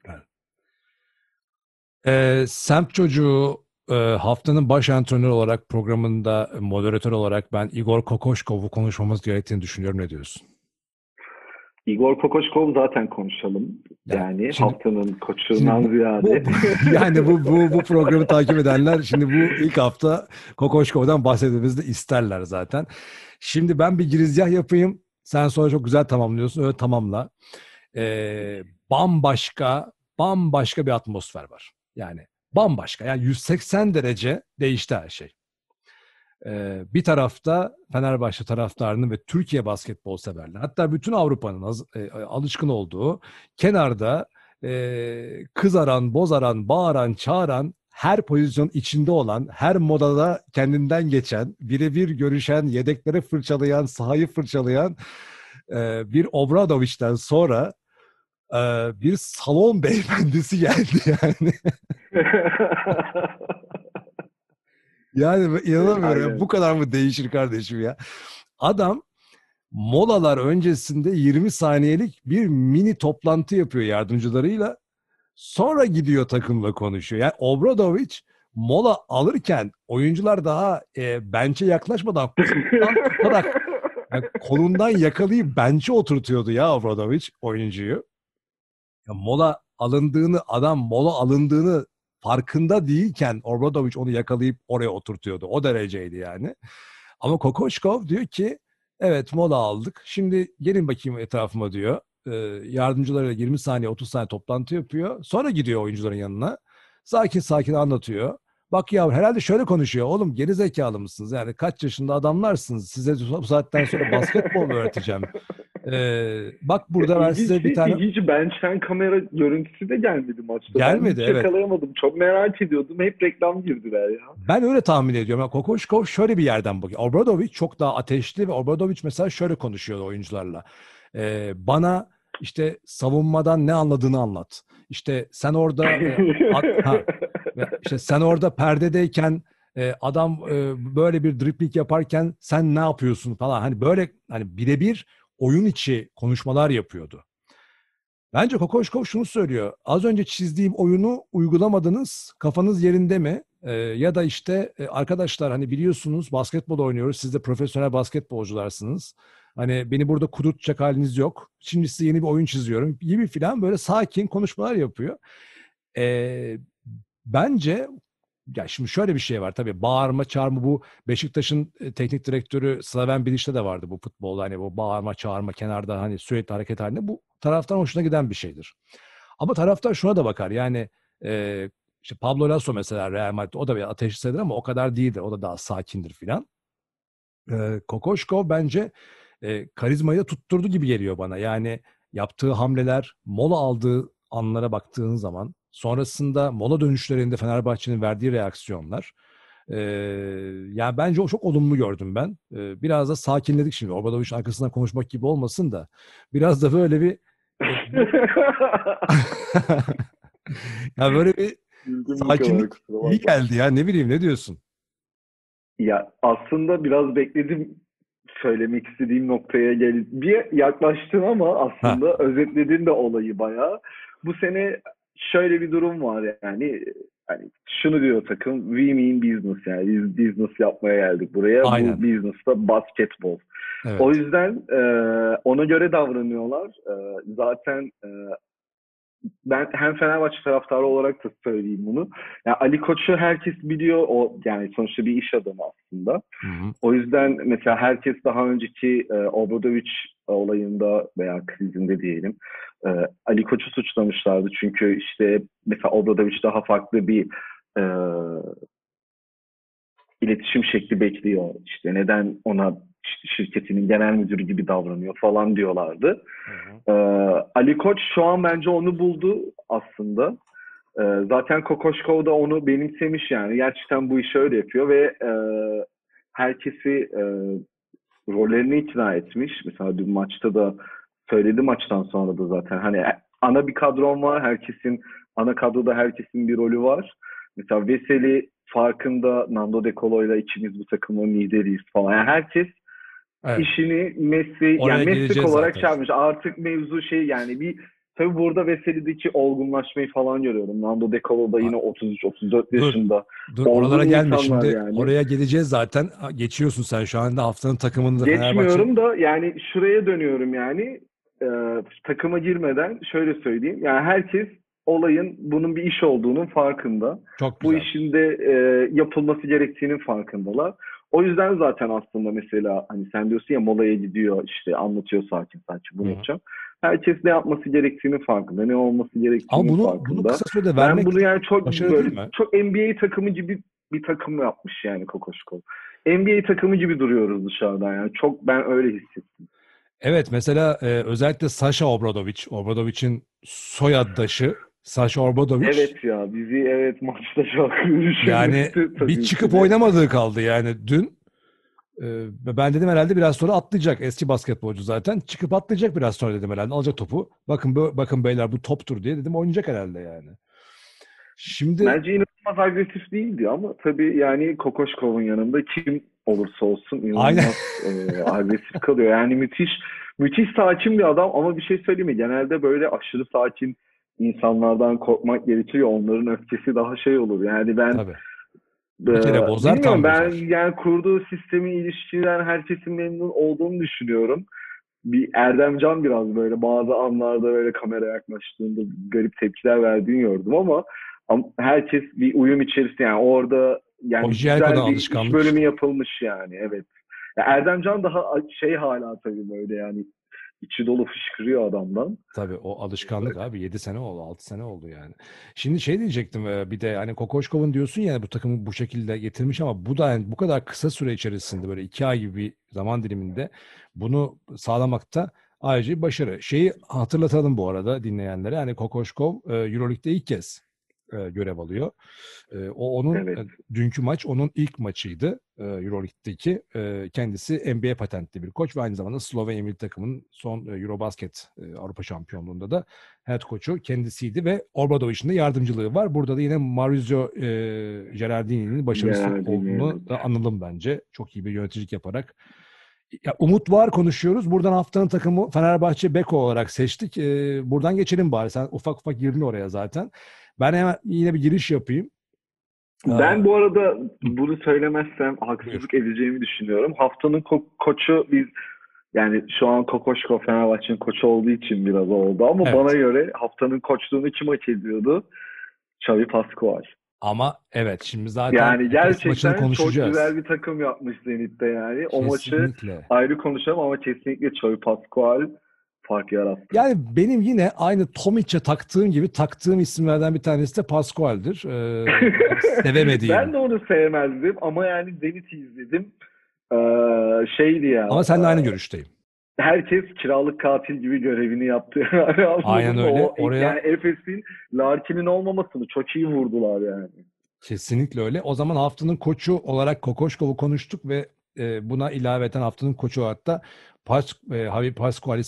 Semt Çocuğu haftanın baş antrenörü olarak programında moderatör olarak ben Igor Kokoşkov'u konuşmamız gerektiğini düşünüyorum. Ne diyorsun? Igor Kokoşkov zaten konuşalım. Yani şimdi, haftanın koçundan ziyade. Bu programı takip edenler şimdi bu ilk hafta Kokoşkov'dan bahsetmemizi de isterler zaten. Şimdi ben bir girizgah yapayım. Sen sonra çok güzel tamamlıyorsun. Öyle tamamla. Bambaşka bambaşka bir atmosfer var. Yani bambaşka. Yani 180 derece değişti her şey. Bir tarafta Fenerbahçe taraftarının ve Türkiye basketbol severler, hatta bütün Avrupa'nın alışkın olduğu, kenarda kızaran, bozaran, bağıran, çağıran, her pozisyon içinde olan, her modada kendinden geçen, birebir görüşen, yedekleri fırçalayan, sahayı fırçalayan bir Obradoviç'ten sonra bir salon beyefendisi geldi yani. Yani inanamıyorum. Ya, bu kadar mı değişir kardeşim ya? Adam molalar öncesinde 20 saniyelik bir mini toplantı yapıyor yardımcılarıyla. Sonra gidiyor takımla konuşuyor. Yani Obradović mola alırken oyuncular daha bench'e yaklaşmadan kolundan yakalayıp bench'e oturtuyordu ya Obradović oyuncuyu. Ya mola alındığını farkında değilken Obradović onu yakalayıp oraya oturtuyordu. O dereceydi yani. Ama Kokoşkov diyor ki evet mola aldık. Şimdi gelin bakayım etrafıma diyor. Yardımcılarıyla 20 saniye 30 saniye toplantı yapıyor. Sonra gidiyor oyuncuların yanına. Sakin sakin anlatıyor. Bak ya herhalde şöyle konuşuyor. Oğlum geri zekalı mısınız? Yani kaç yaşında adamlarsınız? Size bu saatten sonra basketbol mu öğreteceğim? Bak burada ben size bir tane... Hiç bench'ten kamera görüntüsü de gelmedi maçta. Gelmedi, ben hiç yakalayamadım. Çok merak ediyordum. Hep reklam girdiler ya. Ben öyle tahmin ediyorum. Yani Kokoşkov şöyle bir yerden bakıyor. Obradović çok daha ateşli ve Obradović mesela şöyle konuşuyor oyuncularla. Bana işte savunmadan ne anladığını anlat. İşte sen orada işte sen orada perdedeyken adam böyle bir dribling yaparken sen ne yapıyorsun falan. Hani böyle hani birebir oyun içi konuşmalar yapıyordu. Bence Kokoşkov şunu söylüyor. Az önce çizdiğim oyunu uygulamadınız. Kafanız yerinde mi? Ya da işte arkadaşlar hani biliyorsunuz basketbol oynuyoruz. Siz de profesyonel basketbolcularsınız. Hani beni burada kudurtacak haliniz yok. Şimdi size yeni bir oyun çiziyorum gibi filan böyle sakin konuşmalar yapıyor. Bence ya şimdi şöyle bir şey var tabii bağırma çağırma bu Beşiktaş'ın teknik direktörü Slaven Bilic'te de vardı bu futbolda hani bu bağırma çağırma kenarda hani sürekli hareket halinde bu taraftan hoşuna giden bir şeydir. Ama taraftar şuna da bakar yani işte Pablo Lasso mesela Real Madrid o da bir ateşlidir ama o kadar değildir o da daha sakindir filan. Kokoşkov bence karizmayı da tutturdu gibi geliyor bana yani yaptığı hamleler mola aldığı anlara baktığın zaman sonrasında mola dönüşlerinde Fenerbahçe'nin verdiği reaksiyonlar yani bence o çok olumlu gördüm ben. Biraz da sakinledik şimdi. Obradoviç'in arkasından konuşmak gibi olmasın da biraz da böyle bir ya böyle bir sakinlik iyi geldi ya ne bileyim ne diyorsun? Ya aslında biraz bekledim söylemek istediğim noktaya bir yaklaştın ama aslında özetledin de olayı bayağı. Bu sene şöyle bir durum var yani şunu diyor takım we mean business yani biz business yapmaya geldik buraya. Aynen. Bu business'ta basketbol. Evet. O yüzden ona göre davranıyorlar. Zaten ben hem Fenerbahçe taraftarı olarak da söyleyeyim bunu. Yani Ali Koç'u herkes biliyor. O yani sonuçta bir iş adamı aslında. Hı-hı. O yüzden mesela herkes daha önceki Obradović olayında veya krizinde diyelim Ali Koç'u suçlamışlardı. Çünkü işte mesela Obradović daha farklı bir iletişim şekli bekliyor. İşte neden ona şirketinin genel müdürü gibi davranıyor falan diyorlardı. Ali Koç şu an bence onu buldu aslında. Zaten Kokoşkov da onu benimsemiş yani. Gerçekten bu işi öyle yapıyor ve herkesi rollerini ikna etmiş. Mesela dün maçta da söyledi maçtan sonra da zaten. Hani ana bir kadron var. Ana kadroda herkesin bir rolü var. Mesela Veseli farkında Nando De Colo'yla ikimiz bu takımın lideriyiz falan. Yani herkes işini meslek olarak çağırmış. Artık mevzu yani tabii burada Veseli'deki olgunlaşmayı falan görüyorum. Nando De Colo da yine 33-34 yaşında. Dur oralara gelme şimdi. Yani. Oraya geleceğiz zaten. Geçiyorsun sen şu anda haftanın takımını da Geçmiyorum da yani şuraya dönüyorum yani. Takıma girmeden şöyle söyleyeyim. Yani herkes olayın bunun bir iş olduğunun farkında. Çok güzel. Bu işin de yapılması gerektiğinin farkındalar. O yüzden zaten aslında mesela hani sen diyorsun ya molaya gidiyor işte anlatıyor sakin bunu yapacağım. Herkes ne yapması gerektiğini farkında, ne olması gerektiğini Ama farkında. bunu kısa sürede vermek ben bunu yani çok başarılı böyle, değil mi? çok NBA takımı gibi bir takım yapmış yani Kokoşkov. NBA takımı gibi duruyoruz dışarıdan yani. Çok ben öyle hissettim. Evet, mesela özellikle Sasha Obradovic'in soyaddaşı Sasha Obradovic. Evet ya, bizi maçta çok Yani bir çıkıp oynamadığı kaldı yani dün. Ben dedim herhalde biraz sonra atlayacak. Eski basketbolcu zaten. Çıkıp atlayacak biraz sonra dedim herhalde. Alacak topu. Bakın beyler bu toptur diye dedim, oynayacak herhalde yani. Şimdi bence inanılmaz agresif değildi ama tabii yani Kokoşkov'un yanında kim olursa olsun inanılmaz agresif kalıyor. Yani müthiş sakin bir adam ama bir şey söyleyeyim mi? Genelde böyle aşırı sakin insanlardan korkmak gerekiyor. Onların öfkesi daha şey olur. Yani ben tabii. Bir kere bozar, bilmiyorum, tam ben bozar. yani kurduğu sistemi, ilişkiden herkesin memnun olduğunu düşünüyorum. Bir Erdemcan biraz böyle bazı anlarda böyle kamera yaklaştığında garip tepkiler verdiğini gördüm ama herkes bir uyum içerisinde yani orada yani Kojielko'dan güzel bir iş alışkanlık bölümü işte. yapılmış yani, evet. Ya Erdemcan daha şey hala tabii böyle yani içi dolu fışkırıyor adamdan. Tabii o alışkanlık abi, 7 sene oldu, 6 sene oldu yani. Şimdi şey diyecektim, bir de hani Kokoşkov'un diyorsun yani bu takımı bu şekilde getirmiş ama bu da yani bu kadar kısa süre içerisinde böyle 2 ay gibi bir zaman diliminde bunu sağlamakta ayrıca bir başarı. Şeyi hatırlatalım bu arada dinleyenlere, hani Kokoşkov Euroleague'de ilk kez görev alıyor. O onun Evet. dünkü maç onun ilk maçıydı Euroleague'deki. Kendisi NBA patentli bir koç ve aynı zamanda Slovenya milli takımının son Eurobasket Avrupa Şampiyonluğu'nda da head koçu kendisiydi ve Obradovic'in de yardımcılığı var. Burada da yine Maurizio Gerardini'nin başarısı olduğunu da analım bence. Çok iyi bir yöneticilik yaparak. Ya, umut var konuşuyoruz. Buradan haftanın takımı Fenerbahçe Beko olarak seçtik. Buradan geçelim bari. Sen ufak ufak girdin oraya zaten. Ben hemen yine bir giriş yapayım. Ben bu arada bunu söylemezsem Buyur. haksızlık edeceğimi düşünüyorum. Haftanın koçu biz yani şu an Kokoşkov Fenerbahçe'nin koçu olduğu için biraz oldu ama Evet. bana göre haftanın koçluğunu kim hak ediyordu? Xavi Pascual. Ama evet, şimdi zaten Yani maçını gerçekten çok konuşacağız. güzel bir takım yapmış Zenit'te yani. O maçı Kesinlikle. ayrı konuşalım ama kesinlikle Xavi Pascual fark yarattı. Yani benim yine aynı Tomic'e taktığım gibi taktığım isimlerden bir tanesi de Pascual'dir. Sevemediğim. Ben de onu sevmezdim ama yani Zenit'i izledim. Şeydi ya. Ama seninle aynı görüşteyim. Herkes kiralık katil gibi görevini yaptı. Aynen öyle. Yani Efes'in Larkin'in olmamasını çok iyi vurdular yani. Kesinlikle öyle. O zaman haftanın koçu olarak Kokoşkov'u konuştuk ve buna ilaveten haftanın koçu olarak da Javi Pascual'i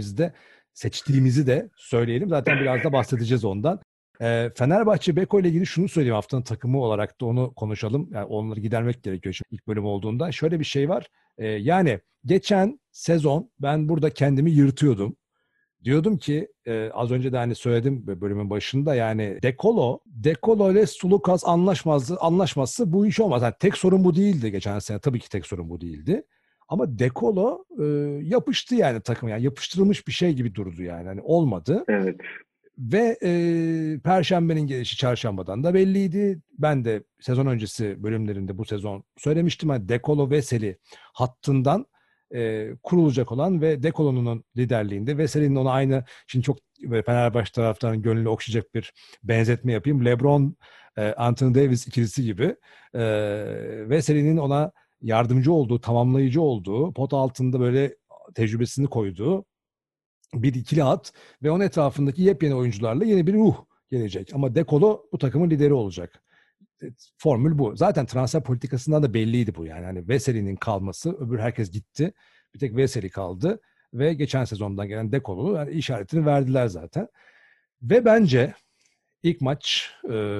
seçtiğimizi de söyleyelim. Zaten biraz da bahsedeceğiz ondan. Fenerbahçe Beko ile ilgili şunu söyleyeyim, haftanın takımı olarak da onu konuşalım. Yani onları gidermek gerekiyor şimdi ilk bölüm olduğunda. Şöyle bir şey var. Yani geçen sezon ben burada kendimi yırtıyordum. Diyordum ki az önce de hani söyledim bölümün başında, yani Dekolo ile Sulukas anlaşmazsa bu iş olmaz. Yani tek sorun bu değildi geçen sene, tabii ki tek sorun bu değildi. Ama Dekolo yapıştı yani takım, yani yapıştırılmış bir şey gibi durdu yani, hani olmadı. Evet. Ve Perşembenin gelişi çarşambadan da belliydi. Ben de sezon öncesi bölümlerinde bu sezon söylemiştim. Hani Dekolo Veseli hattından kurulacak olan ve Dekolo'nun liderliğinde Veseli'nin ona aynı, şimdi çok Fenerbahçe taraftarının gönlünü okşayacak bir benzetme yapayım. LeBron Anthony Davis ikilisi gibi Veseli'nin ona yardımcı olduğu, tamamlayıcı olduğu, pot altında böyle tecrübesini koyduğu bir ikili hat ve onun etrafındaki yepyeni oyuncularla yeni bir ruh gelecek. Ama Dekolo bu takımın lideri olacak. Formül bu. Zaten transfer politikasından da belliydi bu yani. Hani Veseli'nin kalması, öbür herkes gitti. Bir tek Veseli kaldı ve geçen sezondan gelen Dekolo yani işaretini verdiler zaten. Ve bence ilk maç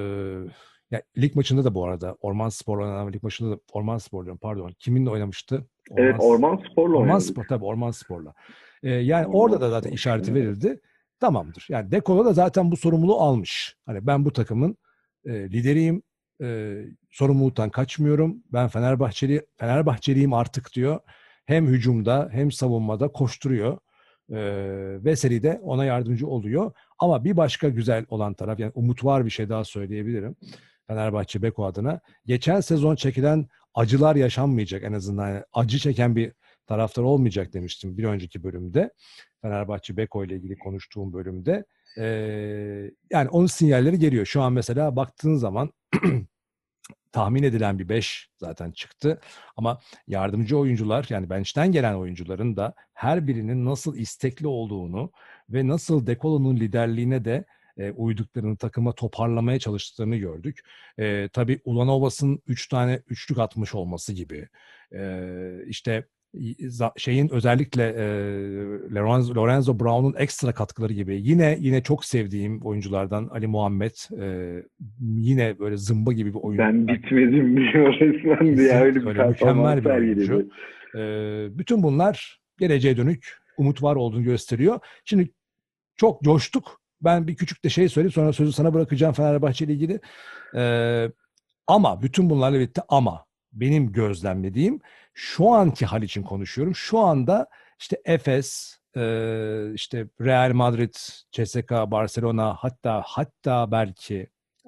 yani lig maçında da bu arada Ormanspor'la oynanan lig maçında da kiminle oynamıştı? Evet, Ormanspor'la oynadık. Tabii Ormanspor'la. Yani orada da zaten işareti verildi. Tamamdır. Yani Dekolo da zaten bu sorumluluğu almış. Hani ben bu takımın lideriyim. Sorumluluktan kaçmıyorum. Ben Fenerbahçeliyim artık diyor. Hem hücumda hem savunmada koşturuyor. Veseli de ona yardımcı oluyor. Ama bir başka güzel olan taraf, yani umut var, bir şey daha söyleyebilirim Fenerbahçe Beko adına. Geçen sezon çekilen acılar yaşanmayacak en azından. Yani acı çeken bir taraftar olmayacak demiştim bir önceki bölümde. Fenerbahçe Beko ile ilgili konuştuğum bölümde. Yani onun sinyalleri geliyor. Şu an mesela baktığın zaman tahmin edilen bir 5 zaten çıktı. Ama yardımcı oyuncular, yani bench'ten gelen oyuncuların da her birinin nasıl istekli olduğunu ve nasıl De Colo'nun liderliğine de uyduklarını, takıma toparlamaya çalıştıklarını gördük. Tabii Ulanovas'ın 3 tane üçlük atmış olması gibi. İşte şeyin özellikle Lorenzo Brown'un ekstra katkıları gibi. Yine çok sevdiğim oyunculardan Ali Muhammed, yine böyle zımba gibi bir oyuncu. Ben bitmedim diyor resmen diye, öyle bir mükemmel bir oyuncu. Bütün bunlar geleceğe dönük umut var olduğunu gösteriyor. Şimdi çok coştuk. Ben bir küçük de şey söyleyeyim, sonra sözü sana bırakacağım Fenerbahçe ile ilgili. Ama bütün bunlarla birlikte benim gözlemlediğim, şu anki hal için konuşuyorum. Şu anda işte Efes, işte Real Madrid, CSKA, Barcelona, hatta belki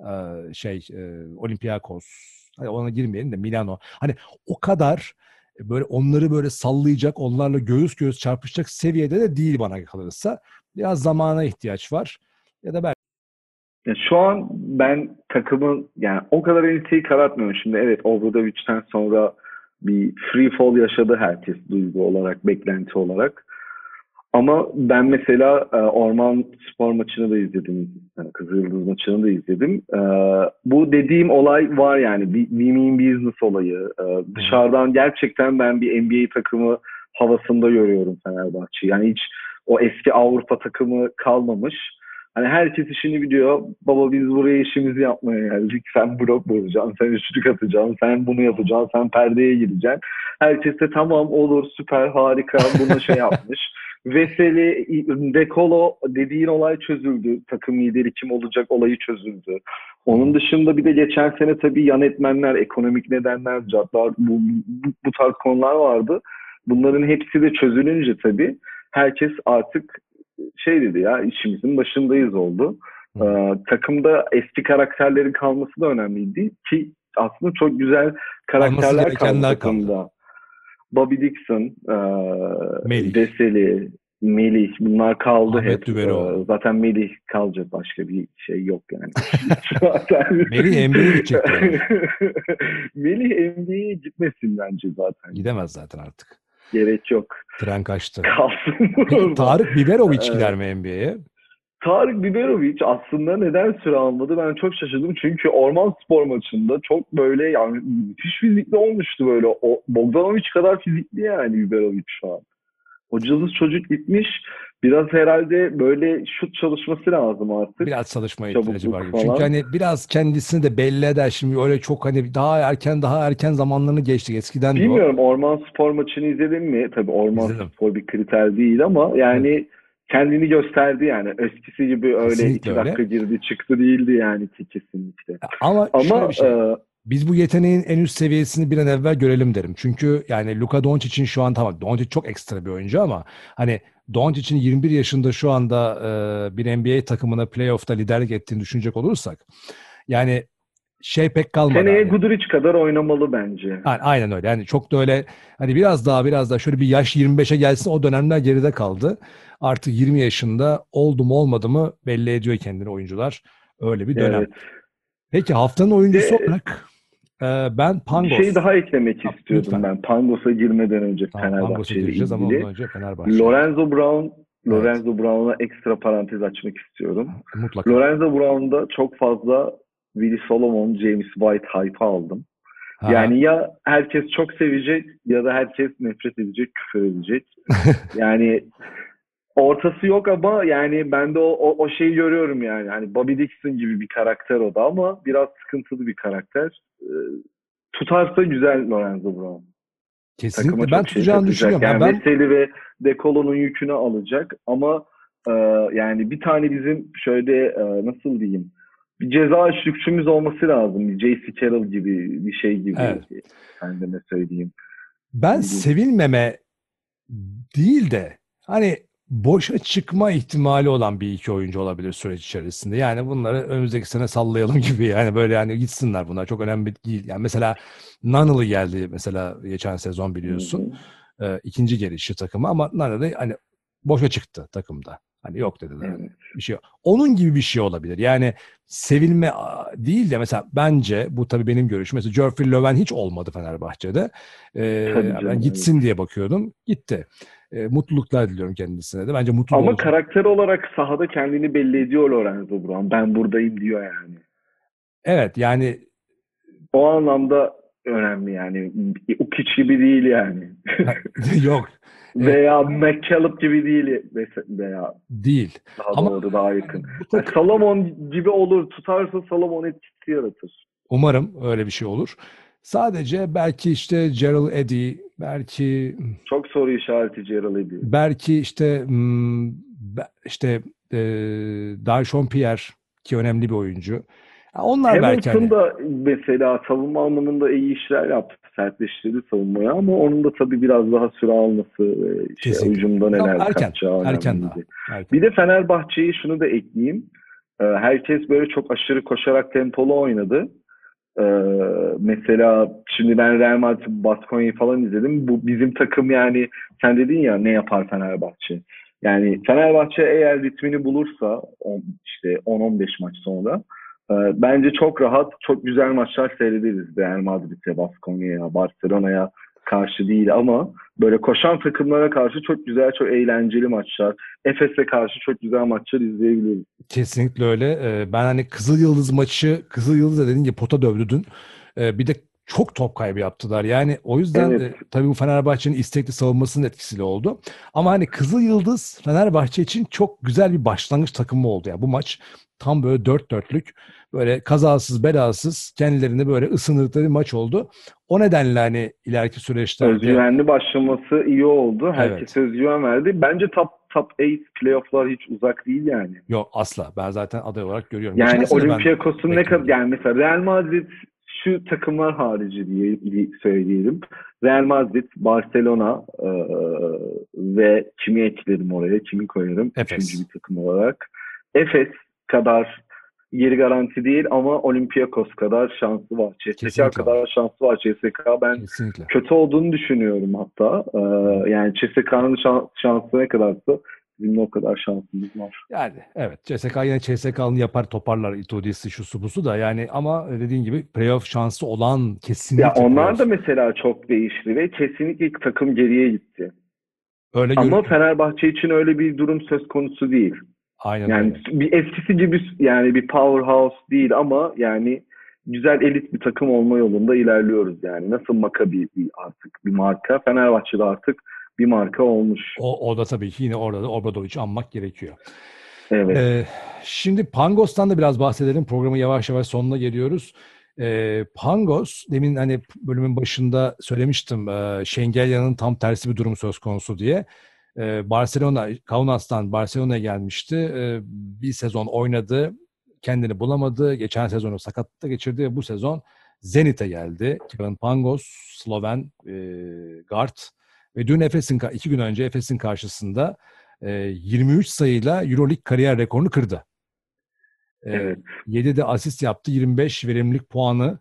Olympiakos, hani ona girmeyelim de Milano. Hani o kadar böyle onları böyle sallayacak, onlarla göğüs göğüs çarpışacak seviyede de değil bana kalırsa. Biraz zamana ihtiyaç var. Ya da belki şu an ben takımın yani o kadar endişeyi karartmıyorum. Şimdi evet, Obradovic'ten sonra bir free fall yaşadı herkes duygu olarak, beklenti olarak. Ama ben mesela Orman Spor maçını da izledim. Yani Kızılyıldız maçını da izledim. Bu dediğim olay var yani. Bir mean business olayı. Dışarıdan gerçekten ben bir NBA takımı havasında görüyorum Fenerbahçe'yi. Yani hiç o eski Avrupa takımı kalmamış. Hani herkes işini biliyor. Baba biz buraya işimizi yapmaya geldik. Sen blok vuracaksın, sen üçlük atacaksın, sen bunu yapacaksın, sen perdeye gireceksin. Herkes de tamam olur, süper, harika, buna şey yapmış. Veseli, De Colo dediğin olay çözüldü. Takım lideri kim olacak olayı çözüldü. Onun dışında bir de geçen sene tabii yan etmenler, ekonomik nedenler, cadlar, bu tarz konular vardı. Bunların hepsi de çözülünce tabii herkes artık şey dedi ya, işimizin başındayız oldu. Takımda eski karakterlerin kalması da önemliydi ki aslında çok güzel karakterler kaldı takımda. Bobby Dixon, Veseli, Melih, bunlar kaldı hep. Zaten Melih kalacak, başka bir şey yok yani. Melih NBA'ye gidecek yani. Melih NBA'ye gitmesin bence zaten. Gidemez zaten artık. Gerek yok. Tren kaçtı. Kalsın. Tarık Biberovic gider mi NBA'ye? Tarık Biberovic aslında neden süre almadı ben çok şaşırdım. Çünkü Orman Spor maçında çok böyle yani müthiş fizikli olmuştu böyle. O Bogdanovic kadar fizikli yani Biberovic şu an. O cılız çocuk gitmiş. Biraz herhalde böyle şut çalışması lazım artık. Biraz çalışmaya ihtiyacı var gibi. Çünkü hani biraz kendisini de belli eder. Şimdi öyle çok hani daha erken zamanlarını geçtik. Eskiden bilmiyorum, Orman Spor maçını izledin mi? Tabii Orman Spor bir kriter değil ama yani kendini gösterdi yani. Eskisi gibi öyle kesinlikle 2 dakika öyle girdi çıktı değildi yani kesinlikle. Ama bir şey. Biz bu yeteneğin en üst seviyesini bir an evvel görelim derim. Çünkü yani Luka Doncic'in şu an tamam, Doncic çok ekstra bir oyuncu ama hani Doncic'in 21 yaşında şu anda bir NBA takımına playoff'ta liderlik ettiğini düşünecek olursak yani pek kalmadı. Seneye yani Guduric kadar oynamalı bence. Aynen öyle. Yani çok da öyle hani biraz daha şöyle bir yaş 25'e gelsin, o dönemler geride kaldı. Artık 20 yaşında oldu mu olmadı mı belli ediyor kendini oyuncular. Öyle bir dönem. Evet. Peki haftanın oyuncusu olarak ben Pangos. Bir şey daha eklemek istiyordum lütfen. Ben Pangos'a girmeden önce Fenerbahçe ile ilgili. Ama ondan önce Fenerbahçe. Lorenzo Brown'a ekstra parantez açmak istiyorum. Mutlaka. Lorenzo Brown'da çok fazla Willie Solomon, James White hype aldım. Yani ya herkes çok sevecek ya da herkes nefret edecek, küfür edecek. Yani ortası yok ama yani ben de o şeyi görüyorum yani. Hani Bobby Dixon gibi bir karakter o da ama biraz sıkıntılı bir karakter. Tutarsa güzel Lorenzo Brown. Kesinlikle ben tutacağını düşünüyorum. Yani Veseli ve De Colo'nun yükünü alacak ama yani bir tane bizim şöyle nasıl diyeyim, bir ceza üçlükçümüz olması lazım. Bir J.C. Carroll gibi bir şey gibi. Evet. Kendime söyleyeyim. Ben sevilmeme değil de hani boşa çıkma ihtimali olan bir iki oyuncu olabilir süreç içerisinde. Yani bunları önümüzdeki sene sallayalım gibi. Yani böyle yani gitsinler, bunlar çok önemli değil. Yani mesela Nunnally geldi mesela geçen sezon biliyorsun. İkinci gelişi takımı ama Nunnally hani boşa çıktı takımda. Hani yok dediler. Evet. Bir şey yok. Onun gibi bir şey olabilir. Yani sevilme değil de mesela bence bu tabii benim görüşüm. Mesela Joffrey Löwen hiç olmadı Fenerbahçe'de. Ben gitsin diye bakıyordum. Gitti. Mutluluklar diliyorum kendisine de. Bence mutlu ama olacak. Karakter olarak sahada kendini belli ediyor Lorenzo Brown. Ben buradayım diyor yani. Evet yani. O anlamda önemli yani. Ukic gibi değil yani. Yok. Veya McCallum gibi değil veya değil. Daha ama doğru, daha yakın. Yani Salomon gibi olur. Tutarsa Salomon etkisi yaratır. Umarım öyle bir şey olur. Sadece belki işte Gerald Eddy, belki çok soru işareti Gerald Eddy. Belki işte Darshon Pierre ki önemli bir oyuncu. Onlar belki Hamilton da mesela savunma anlamında iyi işler yaptı. Sertleştirdi savunmaya ama onun da tabii biraz daha süre alması hücumda neler kaçacağı önemliydi. Bir de Fenerbahçe'yi şunu da ekleyeyim. Herkes böyle çok aşırı koşarak tempolu oynadı. Mesela şimdi ben Real Madrid Baskonya'yı falan izledim. Bu bizim takım yani sen dedin ya ne yapar Fenerbahçe? Yani Fenerbahçe eğer ritmini bulursa işte 10-15 maç sonra bence çok rahat, çok güzel maçlar seyrederiz. Real Madrid'e, Baskonya'ya, Barcelona'ya karşı değil ama böyle koşan takımlara karşı çok güzel, çok eğlenceli maçlar. Efes'e karşı çok güzel maçlar izleyebiliriz. Kesinlikle öyle. Ben hani Kızıl Yıldız maçı, Kızıl Yıldız dediğin gibi pota dövdü dün. Bir de çok top kaybı yaptılar. Yani o yüzden tabii bu Fenerbahçe'nin istekli savunmasının etkisiyle oldu. Ama hani Kızıl Yıldız Fenerbahçe için çok güzel bir başlangıç takımı oldu. Yani bu maç tam böyle 4-4'lük böyle kazasız belasız kendilerini böyle ısındırdıkları bir maç oldu. O nedenle hani ileriki süreçlerde özgüvenli başlaması iyi oldu. Herkes özgüven verdi. Bence top 8 playoff'lar hiç uzak değil yani. Yok asla. Ben zaten aday olarak görüyorum. Yani Olympiakos'un ne kadar yani mesela Real Madrid şu takımlar harici diye söyleyelim. Real Madrid, Barcelona ve kimi eklerim oraya? Kimi koyarım? Efes. Üçüncü bir takım olarak. Efes kadar yeri garanti değil ama Olympiakos kadar şansı var. CSKA kadar şansı var. CSKA ben kesinlikle kötü olduğunu düşünüyorum hatta. Yani CSKA'nın şansı ne kadarsa bizim o kadar şansımız var. Yani evet CSKA yine CSKA'nın yapar toparlar Itudis'i şusu busu da yani ama dediğin gibi playoff şansı olan kesinlikle. Ya onlar da mesela çok değişti ve kesinlikle takım geriye gitti. Öyle ama Fenerbahçe için öyle bir durum söz konusu değil. Aynen yani öyle. Bir eskisi gibi yani bir powerhouse değil ama yani güzel elit bir takım olma yolunda ilerliyoruz yani. Nasıl Maccabi artık bir marka, Fenerbahçe'de artık bir marka olmuş. O da tabii ki yine orada da Obradovic'i anmak gerekiyor. Evet. Şimdi Pangos'tan da biraz bahsedelim. Programın yavaş yavaş sonuna geliyoruz. Pangos, demin hani bölümün başında söylemiştim. Şengelya'nın tam tersi bir durum söz konusu diye. Kaunas'tan Barcelona'ya gelmişti. Bir sezon oynadı. Kendini bulamadı. Geçen sezonu sakatlıkta geçirdi. Bu sezon Zenit'e geldi. Kevin Pangos, Sloven guard. Ve dün 2 gün önce Efes'in karşısında 23 sayıyla EuroLeague kariyer rekorunu kırdı. Evet. 7'de asist yaptı, 25 verimlilik puanı.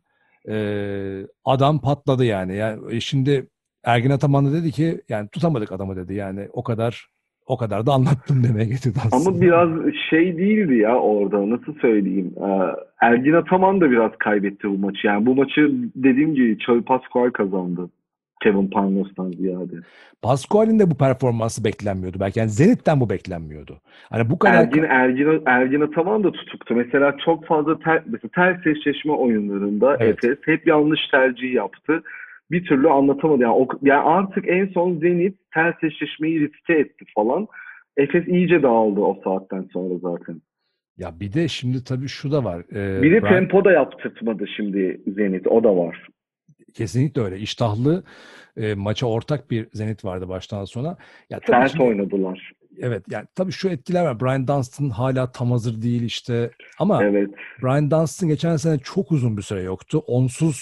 Adam patladı yani. Şimdi Ergin Ataman da dedi ki yani tutamadık adamı dedi. Yani o kadar da anlattım demeye getirdi aslında. Ama biraz değildi ya orada, nasıl söyleyeyim. Ergin Ataman da biraz kaybetti bu maçı. Yani bu maçı dediğim gibi Xavi Pascual kazandı. Kevin Pangos'tan ziyade. Pascual'in de bu performansı beklenmiyordu belki. Yani Zenit'ten bu beklenmiyordu. Hani bu kadar Ergin Ataman da tutuktu. Mesela çok fazla ters eşleşme oyunlarında Efes hep yanlış tercih yaptı. Bir türlü anlatamadı. Yani artık en son Zenit ters eşleşmeyi riske etti falan. Efes iyice dağıldı o saatten sonra zaten. Ya bir de şimdi tabii şu da var. Bir de tempo da yaptırtmadı şimdi Zenit. O da var. Kesinlikle öyle. İştahlı maça ortak bir Zenit vardı baştan sona. Sert oynadılar. Evet yani tabii şu etkiler var. Brian Dunstan hala tam hazır değil işte. Ama evet. Brian Dunstan geçen sene çok uzun bir süre yoktu. Onsuz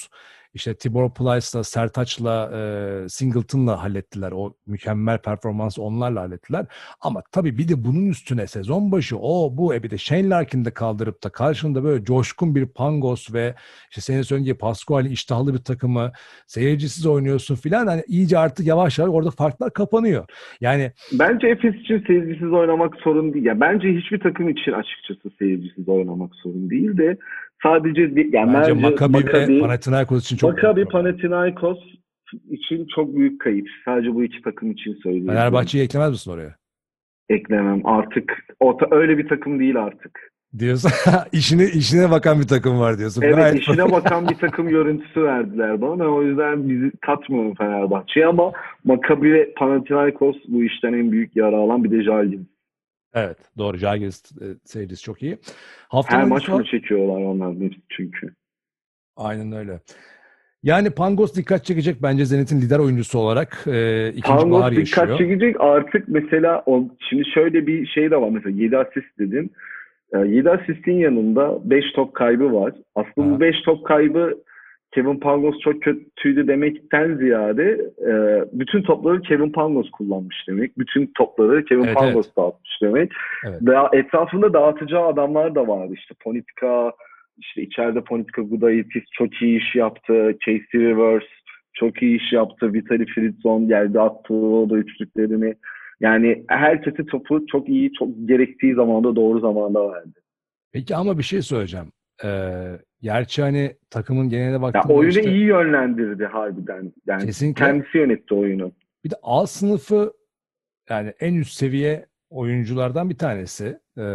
İşte Tibor Plyce'la, Sertaç'la, Singleton'la hallettiler. O mükemmel performansı onlarla hallettiler. Ama tabii bir de bunun üstüne sezon başı bir de Shane Larkin'i de kaldırıp da karşında böyle coşkun bir Pangos ve işte senin söylediğin gibi Pascual'i iştahlı bir takımı seyircisiz oynuyorsun filan. Hani iyice artık yavaş yavaş orada farklar kapanıyor. Yani bence Efes için seyircisiz oynamak sorun değil. Ya bence hiçbir takım için açıkçası seyircisiz oynamak sorun değil de sadece yani bence bence Maccabi ve Panathinaikos için çok Maccabi Panathinaikos için çok büyük kayıp. Sadece bu iki takım için söylüyorum. Fenerbahçe'yi eklemez misin oraya? Eklemem. Artık öyle bir takım değil artık. Diyorsun. işine bakan bir takım var diyorsun. Evet, Gayet işine bakan bir takım görüntüsü verdiler bana. O yüzden bizi katmıyorum Fenerbahçe'ye ama Maccabi ve Panathinaikos bu işten en büyük yara alan, bir de Žalgiris. Evet, doğru. Žalgiris seyircisi çok iyi. Her maç bunu çekiyorlar onlar hepsi çünkü. Aynen öyle. Yani Pangos dikkat çekecek bence Zenit'in lider oyuncusu olarak. İkinci Pangos bahar yaşıyor. dikkat çekecek artık mesela şimdi şöyle bir şey de var mesela 7 asist dedin. 7 asistin yanında 5 top kaybı var. Aslında bu 5 top kaybı Kevin Pangos çok kötüydü demekten ziyade bütün topları Kevin Pangos kullanmış demek. Bütün topları Kevin Pangos dağıtmış demek. Evet. Etrafında dağıtacağı adamlar da vardı. İşte Ponitka, işte içeride Ponitka Gudaitis çok iyi iş yaptı. Casey Rivers çok iyi iş yaptı. Vitali Fritzson geldi, attı o da üçlüklerini. Yani herkesi topu çok iyi, çok gerektiği zamanda, doğru zamanda verdi. Peki ama bir şey söyleyeceğim. Gerçi hani takımın geneline baktığında oyunu iyi yönlendirdi harbiden. Yani kesinlikle. Kendisi yönetti oyunu. Bir de A sınıfı yani en üst seviye oyunculardan bir tanesi.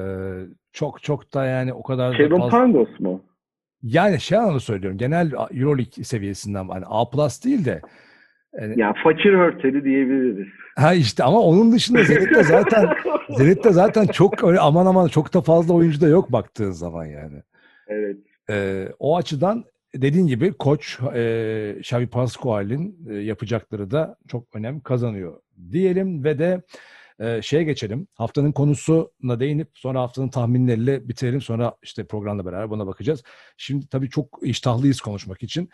Çok da yani o kadar da Kevin fazla... Pangos mu? Yani anlamda söylüyorum. Genel EuroLeague seviyesinden hani A+ değil de yani fakir hörteli diyebiliriz. Ha işte ama onun dışında Zenit'te zaten çok öyle aman çok da fazla oyuncu da yok baktığın zaman yani. Evet. O açıdan dediğin gibi koç Xavi Pascual'in yapacakları da çok önem kazanıyor diyelim ve de şeye geçelim. Haftanın konusuna değinip sonra haftanın tahminleriyle bitirelim. Sonra işte programla beraber buna bakacağız. Şimdi tabii çok iştahlıyız konuşmak için.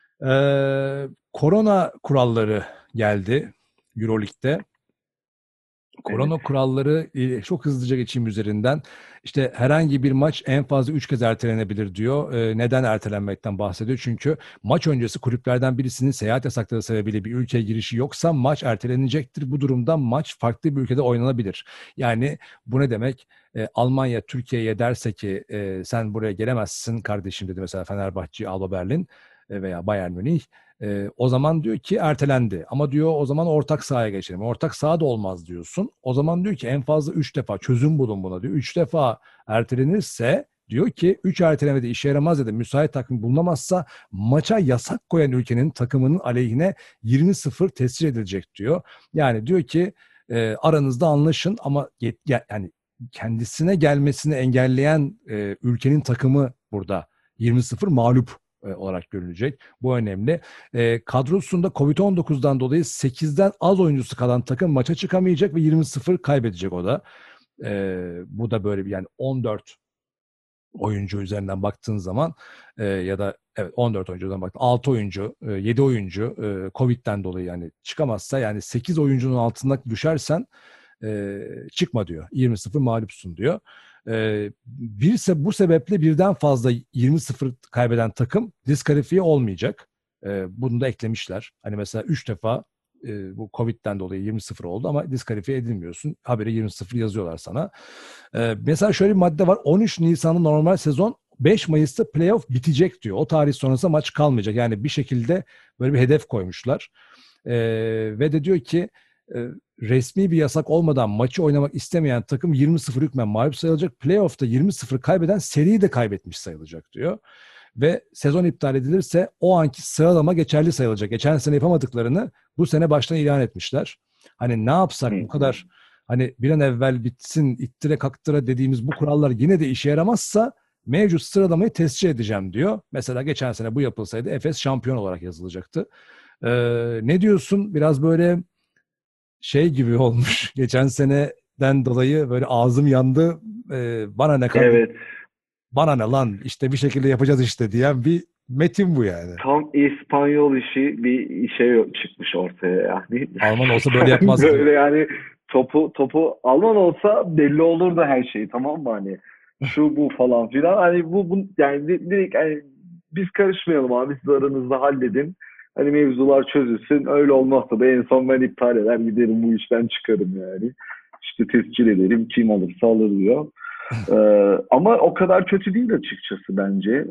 Korona kuralları geldi EuroLeague'de. Korona kuralları çok hızlıca geçeyim üzerinden. İşte herhangi bir maç en fazla 3 kez ertelenebilir diyor. Neden ertelenmekten bahsediyor? Çünkü maç öncesi kulüplerden birisinin seyahat yasakları sebebiyle bir ülkeye girişi yoksa maç ertelenecektir. Bu durumda maç farklı bir ülkede oynanabilir. Yani bu ne demek? Almanya Türkiye'ye derse ki sen buraya gelemezsin kardeşim dedi mesela Fenerbahçe, Alba Berlin veya Bayern Münih. O zaman diyor ki ertelendi. Ama diyor o zaman ortak sahaya geçelim. Ortak saha da olmaz diyorsun. O zaman diyor ki en fazla 3 defa çözüm bulun buna diyor. 3 defa ertelenirse diyor ki 3 ertelemede işe yaramaz ya da müsait takım bulunamazsa maça yasak koyan ülkenin takımının aleyhine 20-0 tescil edilecek diyor. Yani diyor ki aranızda anlaşın ama yani kendisine gelmesini engelleyen ülkenin takımı burada 20-0 mağlup olarak görülecek. Bu önemli. Kadrosunda Covid-19'dan dolayı 8'den az oyuncusu kalan takım maça çıkamayacak ve 20-0 kaybedecek o da. Bu da böyle bir yani 14 oyuncu üzerinden baktığın zaman ya da evet 14 oyuncudan baktığın 6 oyuncu, 7 oyuncu Covid'den dolayı yani çıkamazsa yani 8 oyuncunun altında düşersen çıkma diyor. 20-0 mağlupsun diyor. Bu sebeple birden fazla 20-0 kaybeden takım diskalifiye olmayacak. Bunu da eklemişler. Hani mesela 3 defa bu Covid'den dolayı 20-0 oldu ama diskalifiye edilmiyorsun. Haberi 20-0 yazıyorlar sana. Mesela şöyle bir madde var. 13 Nisan'da normal sezon 5 Mayıs'ta playoff bitecek diyor. O tarih sonrası maç kalmayacak. Yani bir şekilde böyle bir hedef koymuşlar. Ve de diyor ki resmi bir yasak olmadan maçı oynamak istemeyen takım 20-0 hükmen mağlup sayılacak. Playoff'ta 20-0 kaybeden seriyi de kaybetmiş sayılacak diyor. Ve sezon iptal edilirse o anki sıralama geçerli sayılacak. Geçen sene yapamadıklarını bu sene baştan ilan etmişler. Hani ne yapsak bu kadar hani bir an evvel bitsin ittire kaktıra dediğimiz bu kurallar yine de işe yaramazsa mevcut sıralamayı tescil edeceğim diyor. Mesela geçen sene bu yapılsaydı Efes şampiyon olarak yazılacaktı. Ne diyorsun? Biraz böyle şey gibi olmuş. Geçen seneden dolayı böyle ağzım yandı. Bana ne kadar evet. Bana ne lan işte bir şekilde yapacağız işte diyen bir Metin bu yani. Tam İspanyol işi bir şey çıkmış ortaya yani. Alman olsa böyle yapmaz. Böyle yani topu Alman olsa belli olurdu her şey, tamam mı, hani şu bu falan filan, hani bu yani direkt hani biz karışmayalım abi, siz aranızda halledin, hani mevzular çözülsün, öyle olmazsa da en son ben iptal eder giderim, bu işten çıkarım yani, işte tescil ederim, kim alırsa alır diyor. Ama o kadar kötü değil açıkçası bence.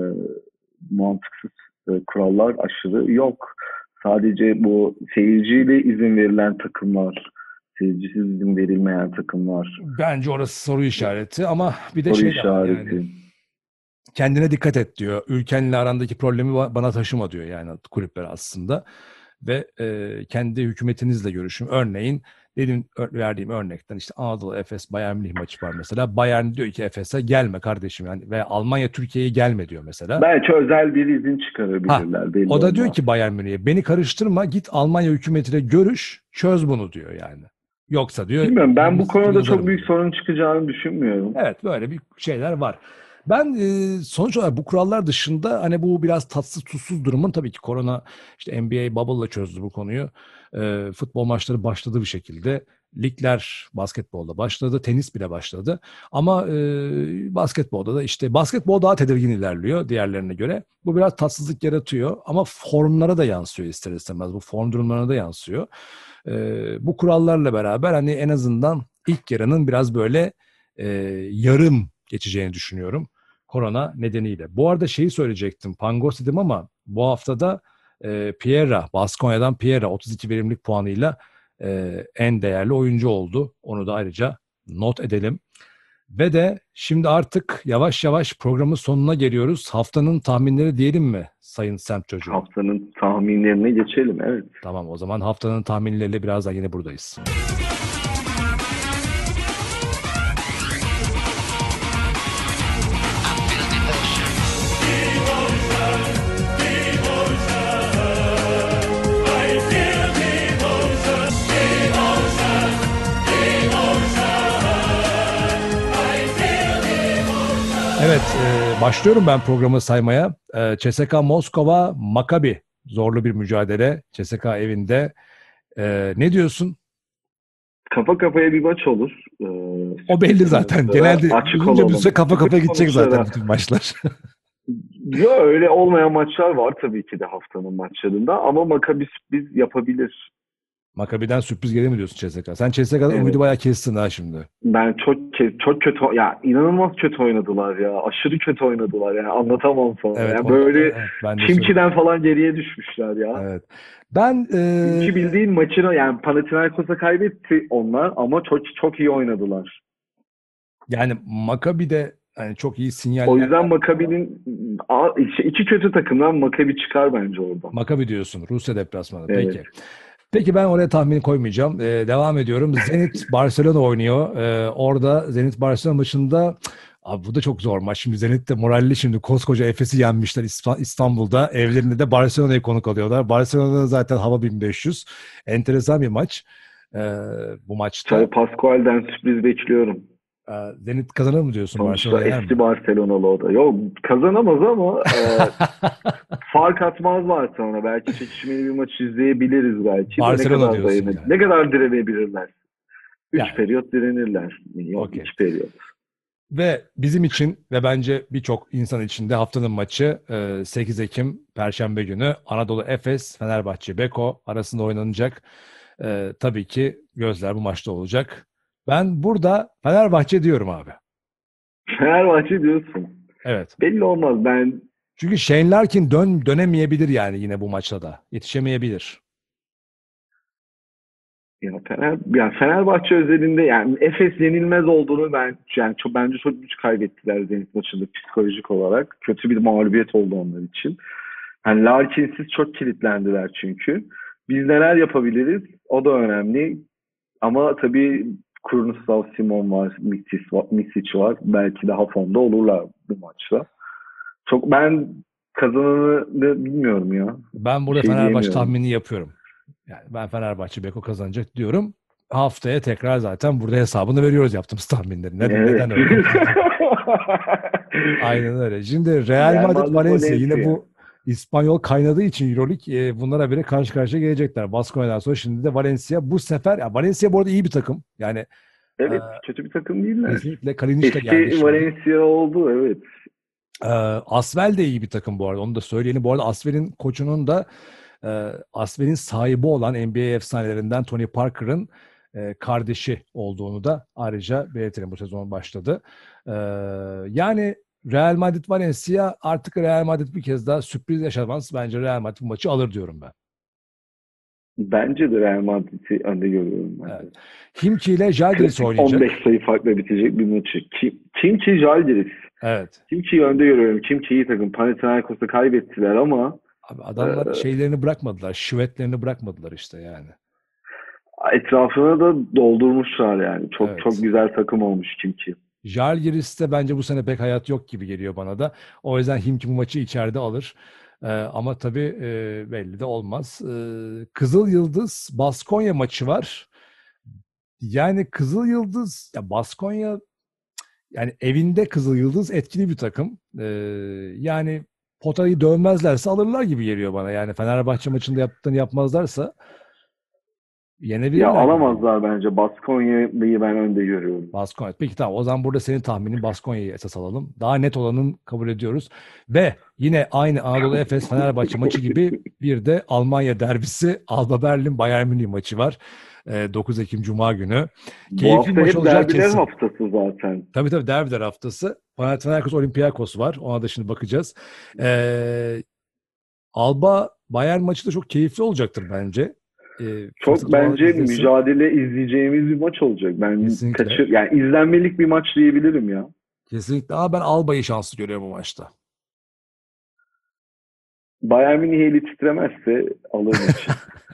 Mantıksız kurallar aşırı yok. Sadece bu seyirciyle izin verilen takımlar, seyircisiz izin verilmeyen takımlar. Bence orası soru işareti ama bir de Soru şey işareti. de var yani. Kendine dikkat et diyor. Ülkenle arandaki problemi bana taşıma diyor yani kulüpler aslında. Ve kendi hükümetinizle görüşün. Örneğin verdiğim örnekten işte Anadolu Efes Bayern Münih maçı var mesela. Bayern diyor ki Efes'e gelme kardeşim yani, ve Almanya Türkiye'ye gelme diyor mesela. Belki özel bir izin çıkarabilirler. Belli o da olmaz. diyor ki Bayern Münih'e beni karıştırma, git Almanya hükümetiyle görüş, çöz bunu diyor yani. Yoksa diyor. Bilmiyorum, ben bu konuda çok büyük sorun çıkacağını düşünmüyorum. Evet, böyle bir şeyler var. Ben sonuç olarak bu kurallar dışında hani bu biraz tatsız tuzsuz durumun, tabii ki korona işte NBA bubble'la çözdü bu konuyu. Futbol maçları başladı bir şekilde. Ligler basketbolda başladı, tenis bile başladı. Ama basketbolda da işte basketbol daha tedirgin ilerliyor diğerlerine göre. Bu biraz tatsızlık yaratıyor ama formlara da yansıyor ister istemez. Bu form durumlarına da yansıyor. Bu kurallarla beraber hani en azından ilk yarının biraz böyle yarım geçeceğini düşünüyorum korona nedeniyle. Bu arada şeyi söyleyecektim, Pangos dedim ama bu haftada Pierra, Baskonya'dan Pierra 32 verimlilik puanıyla en değerli oyuncu oldu. Onu da ayrıca not edelim. Ve de şimdi artık yavaş yavaş programın sonuna geliyoruz. Haftanın tahminleri diyelim mi Sayın Semt Çocuğu? Haftanın tahminlerine geçelim, evet. Tamam, o zaman haftanın tahminleriyle birazdan yine buradayız. Evet, başlıyorum ben programı saymaya. CSKA Moskova, Maccabi. Zorlu bir mücadele. CSKA evinde. Ne diyorsun? Kafa kafaya bir maç olur. O belli zaten. Genelde uzunca bir süre kafa kafaya gidecek zaten bütün maçlar. Yok, öyle olmayan maçlar var tabii ki de haftanın maçlarında. Ama Maccabi sürpriz yapabilir. Maccabi'den sürpriz gelir mi diyorsun CSKA? Sen CSKA'dan Evet. umudu bayağı kestin ha şimdi. Ben çok kötü, ya inanılmaz kötü oynadılar ya. Aşırı kötü oynadılar yani, anlatamam sana. Evet, yani böyle evet, Kimki'den falan geriye düşmüşler ya. Evet. Ben Kimki bildiğin maçını, yani Panathinaikos'a kaybetti onlar ama çok iyi oynadılar. Yani Maccabi'de yani çok iyi sinyaller. O yüzden Maccabi'nin iki kötü takımdan Maccabi çıkar bence orada. Maccabi diyorsun. Rusya deplasmanı. Evet. Peki. Peki ben oraya tahmini koymayacağım. Devam ediyorum. Zenit Barcelona oynuyor. Orada Zenit Barcelona maçında abi bu da çok zor maç. Şimdi Zenit de moralli, şimdi koskoca Efes'i yenmişler İstanbul'da. Evlerinde de Barcelona'yı konuk alıyorlar. Barcelona'da zaten hava 1500. Enteresan bir maç. Bu maçta. Çay Pascual'den sürpriz bekliyorum. Zenit kazanır mı diyorsun? Sonuçta eski Barcelona'lı o da. Yok, kazanamaz ama fark atmazlar sonra. Belki çekişmeli bir maç izleyebiliriz belki. Barcelona diyorsun yani. Ne kadar direnebilirler? 3 yani. periyot direnirler. Yok, okay. 2 periyot. Ve bizim için ve bence birçok insan için de haftanın maçı 8 Ekim Perşembe günü Anadolu Efes Fenerbahçe Beko arasında oynanacak. Tabii ki gözler bu maçta olacak. Ben burada Fenerbahçe diyorum abi. Fenerbahçe diyorsun. Evet. Belli olmaz. Çünkü Shane Larkin dönemeyebilir yani yine bu maçta da. Yetişemeyebilir. Fenerbahçe özelinde yani Efes yenilmez olduğunu bence çok güç kaybettiler Zenit maçında psikolojik olarak. Kötü bir mağlubiyet oldu onlar için. Yani Larkin'siz çok kilitlendiler çünkü. Biz neler yapabiliriz? O da önemli. Ama tabii Kurnuslav Simon var, Misic var. Belki daha fonda olurlar bu maçla. Ben kazananı bilmiyorum ya. Ben burada Fenerbahçe tahmini yapıyorum. Yani ben Fenerbahçe Beko kazanacak diyorum. Haftaya tekrar zaten burada hesabını veriyoruz yaptığımız tahminleri. Neden öyle? Aynen öyle. Şimdi Real Madrid Valencia yine bu İspanyol kaynadığı için EuroLeague bunlara bile karşı karşıya gelecekler. Baskonya'dan sonra şimdi de Valencia. Bu sefer Valencia bu arada iyi bir takım. Yani evet, kötü bir takım değiller. Kesinlikle Kalinic de geldi Eski şimdi. Valencia oldu, evet. Asvel de iyi bir takım bu arada. Onu da söyleyelim. Bu arada Asvel'in koçunun da Asvel'in sahibi olan NBA efsanelerinden Tony Parker'ın kardeşi olduğunu da ayrıca belirtelim. Bu sezon başladı. Yani Real Madrid Valencia, artık Real Madrid bir kez daha sürpriz yaşamaz. Bence Real Madrid bu maçı alır diyorum ben. Bence de Real Madrid'i önde görüyorum. Evet. Kimki ile Žalgiris oynayacak. 15 sayı farkla bitecek bir maçı. Kimki Žalgiris. Evet. Kimki'yi önde görüyorum. Kimki iyi takım. Panathinaikos'u kaybettiler ama abi adamlar şeylerini bırakmadılar. Şivetlerini bırakmadılar işte yani. Etrafına da doldurmuşlar yani. Çok evet. Çok güzel takım olmuş Kimki. Žalgiris'te bence bu sene pek hayat yok gibi geliyor bana da. O yüzden Kimki bu maçı içeride alır. Ama tabii belli de olmaz. Kızıl Yıldız Baskonya maçı var. Yani Kızıl Yıldız, ya Baskonya, yani evinde Kızıl Yıldız etkili bir takım. Yani potayı dövmezlerse alırlar gibi geliyor bana. Yani Fenerbahçe maçında yaptığını yapmazlarsa yenebilirler. Ya alamazlar bence. Baskonya'yı ben önde görüyorum. Baskonya. Peki tamam. O zaman burada senin tahminin Baskonya'yı esas alalım. Daha net olanın kabul ediyoruz. Ve yine aynı Anadolu Efes Fenerbahçe maçı gibi bir de Almanya derbisi Alba Berlin Bayern Münih maçı var. 9 Ekim Cuma günü. Bu hafta hep derbiler haftası zaten. Tabii derbiler haftası. Panathinaikos Olympiakos var. Ona da şimdi bakacağız. Alba Bayern maçı da çok keyifli olacaktır bence. Çok bence mücadele izleyeceğimiz bir maç olacak. Ben yani izlenmelik bir maç diyebilirim ya. Kesinlikle. Ama ben Alba'yı şanslı görüyorum bu maçta. Bayern Münih eli titremezse alır maçı.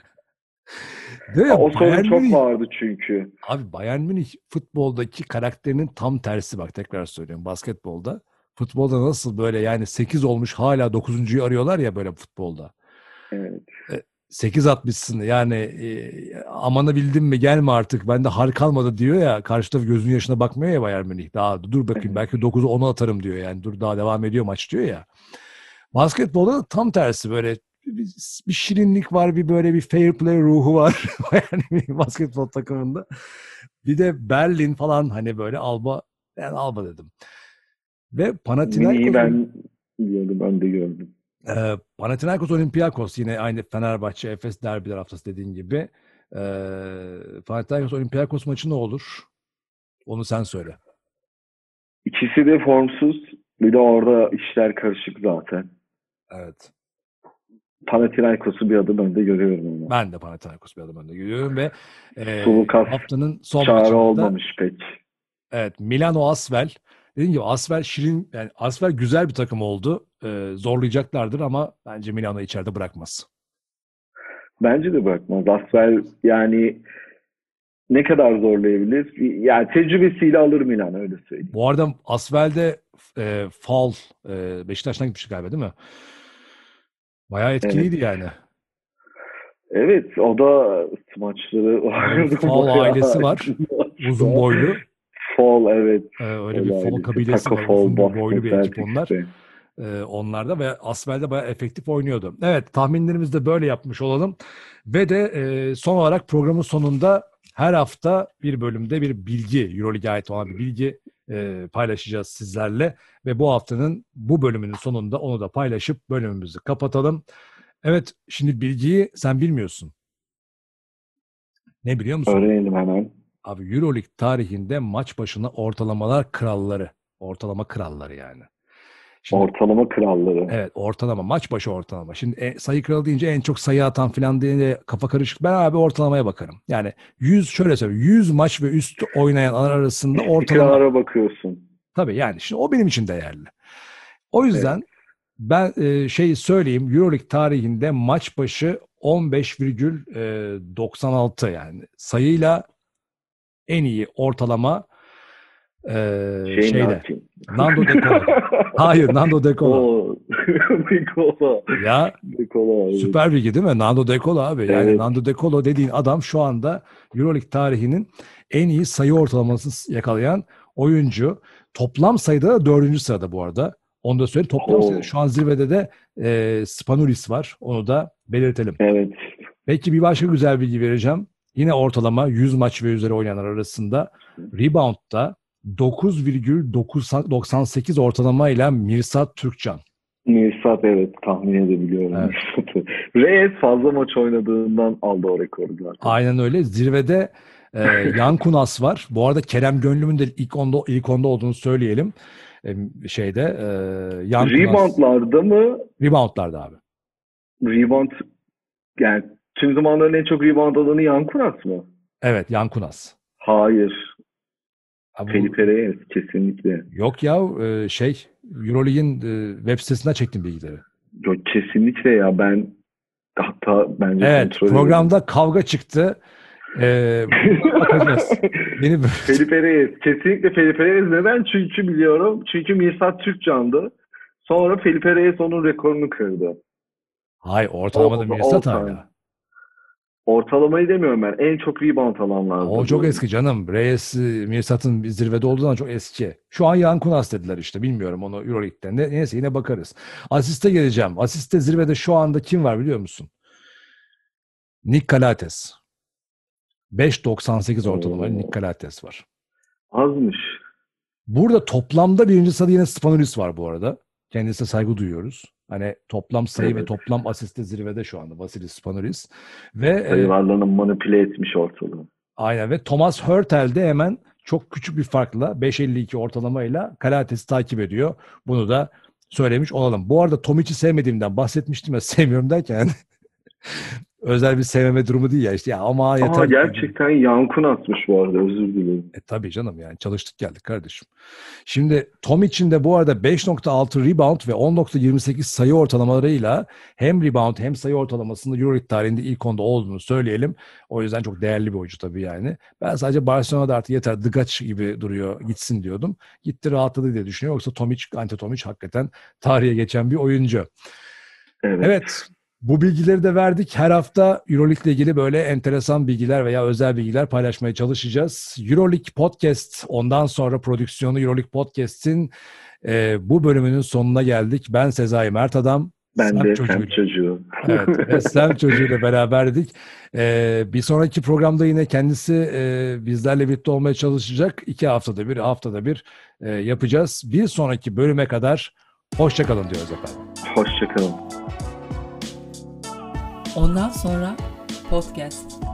Ya, o sorun çok vardı çünkü. Abi Bayern Münih futboldaki karakterinin tam tersi, bak tekrar söylüyorum, basketbolda. Futbolda nasıl böyle yani 8 olmuş hala 9.'yu arıyorlar ya böyle futbolda. Evet. 8 atmışsın yani amanı bildin mi gelme artık bende hal kalmadı diyor ya, karşı taraf gözünün yaşına bakmıyor ya Bayern Münih. Daha dur bakayım belki 9'u 10'u atarım diyor yani, dur daha devam ediyor maç diyor ya. Basketbolda da tam tersi, böyle bir şirinlik var, bir böyle bir fair play ruhu var yani basketbol takımında. Bir de Berlin falan hani böyle Alba, yani Alba dedim. Ve Panathinaikos ben de gördüm. Panathinaikos Olympiakos yine aynı Fenerbahçe Efes derbiler haftası dediğin gibi. Panathinaikos Olympiakos maçı ne olur? Onu sen söyle. İkisi de formsuz. Bir de orada işler karışık zaten. Evet. Panathinaikos'u bir adım önde görüyorum onu. Ben de Panathinaikos'u bir adım önde görüyorum ve haftanın son çare maçında olmamış pek. Evet, Milano Asvel. Dediğim gibi Asvel şirin, yani Asvel güzel bir takım oldu. Zorlayacaklardır ama bence Milano içeride bırakmaz. Bence de bırakmaz. Asvel yani ne kadar zorlayabilir? Yani tecrübesiyle alır Milano, öyle söyleyeyim. Bu arada Asvel'de faul Beşiktaş'tan gitmiş galiba değil mi? Bayağı etkiliydi yani. Evet, o da maçları vardı. Faul ailesi var. Uzun boylu. Faul, evet. Öyle bir faul kabilesi var. Uzun boylu bir ekip onlar. Onlar da ve Asvel'de bayağı efektif oynuyordu. Evet, tahminlerimizi de böyle yapmış olalım. Ve de son olarak programın sonunda her hafta bir bölümde bir bilgi, EuroLeague'e ait olan bir bilgi paylaşacağız sizlerle. Ve bu haftanın bu bölümünün sonunda onu da paylaşıp bölümümüzü kapatalım. Evet, şimdi bilgiyi sen bilmiyorsun. Ne biliyor musun? Öğrenelim hemen. Abi EuroLeague tarihinde maç başına ortalamalar kralları. Ortalama kralları yani. Şimdi, ortalama kralları. Evet, ortalama. Maç başı ortalama. Şimdi sayı kralı deyince en çok sayı atan falan diye kafa karışık. Ben abi ortalamaya bakarım. Yani 100, şöyle söyleyeyim, 100 maç ve üstü oynayanlar arasında ortalama. İstikrara bakıyorsun. Tabii yani şimdi o benim için değerli. O yüzden ben söyleyeyim, EuroLeague tarihinde maç başı 15,96 yani sayıyla en iyi ortalama Nando De Colo. Hayır, Nando De Colo. Ya süper bilgi değil mi? Nando De Colo abi. Yani evet. Nando De Colo dediğin adam şu anda EuroLeague tarihinin en iyi sayı ortalamasını yakalayan oyuncu. Toplam sayıda da 4. sırada bu arada. Onu da söyle. Toplam şu an zirvede de Spanoulis var. Onu da belirtelim. Evet. Peki bir başka güzel bilgi vereceğim. Yine ortalama 100 maç ve üzeri oynayanlar arasında rebound'da 9,98 ortalamayla Mirsad Türkcan. Mirsad, evet, tahmin edebiliyorum. Evet. Reyes fazla maç oynadığından aldı o rekoru zaten. Aynen öyle. Zirvede Yankunas var. Bu arada Kerem Gönlüm'ün de ilk onda olduğunu söyleyelim. Yankunas. Reboundlarda mı? Reboundlarda abi. Rebound, yani tüm zamanların en çok rebound alanı Yankunas mı? Evet, Yankunas. Hayır. Felipe Reyes kesinlikle. Yok ya, Euroleague'in web sitesinden çektim bilgileri. Yok, kesinlikle ya, hatta bence evet, programda edeyim. Kavga çıktı. Bakacağız. Felipe Reyes. Kesinlikle Felipe Reyes. Neden? Çünkü biliyorum. Çünkü Mirsad Türkcan'dı. Sonra Felipe Reyes onun rekorunu kırdı. Hayır, ortalamada Mirsad hala. Ortalamayı demiyorum ben. En çok rebound alanlar. O çok eski canım. Reyes, Mirsad'ın zirvede olduğundan çok eski. Şu an Yankunas dediler işte. Bilmiyorum onu Euroleague'den. Neyse, yine bakarız. Asiste geleceğim. Asiste zirvede şu anda kim var biliyor musun? Nick Calates. 5.98 ortalamayla Nick Calates var. Azmış. Burada toplamda birinci sırada yine Spanoulis var bu arada. Kendisine saygı duyuyoruz. Hani toplam sayı ve toplam asiste zirvede şu anda Vasilis Spanoulis. Ve sayılarla manipüle etmiş ortalığı. Aynen, ve Thomas Hurtel de hemen çok küçük bir farkla 5.52 ortalamayla Calates'i takip ediyor. Bunu da söylemiş olalım. Bu arada Tomic'i sevmediğimden bahsetmiştim ya, sevmiyorum derken özel bir sevmeme durumu değil ya işte, ya ama yeter. Gerçekten Yankunas'mış bu arada, özür dilerim. Tabii canım, yani çalıştık geldik kardeşim. Şimdi Tomic'in de bu arada 5.6 rebound ve 10.28 sayı ortalamalarıyla hem rebound hem sayı ortalamasında Euroleague tarihinde ilk onda olduğunu söyleyelim. O yüzden çok değerli bir oyuncu tabii yani. Ben sadece Barcelona'da artık yeter, Dıgaç gibi duruyor, gitsin diyordum. Gitti, rahatladı diye düşünüyorum. Yoksa Ante Tomic hakikaten tarihe geçen bir oyuncu. Evet. Bu bilgileri de verdik. Her hafta Euroleague ile ilgili böyle enteresan bilgiler veya özel bilgiler paylaşmaya çalışacağız. Euroleague Podcast, ondan sonra prodüksiyonu Euroleague Podcast'in bu bölümünün sonuna geldik. Ben Sezai Mert Adam. Ben de Sem Çocuğu. Evet, ve Sem Çocuğu ile beraberdik. Bir sonraki programda yine kendisi bizlerle birlikte olmaya çalışacak. 2 haftada bir yapacağız. Bir sonraki bölüme kadar hoşça kalın diyoruz efendim. Hoşça kalın. Ondan sonra podcast.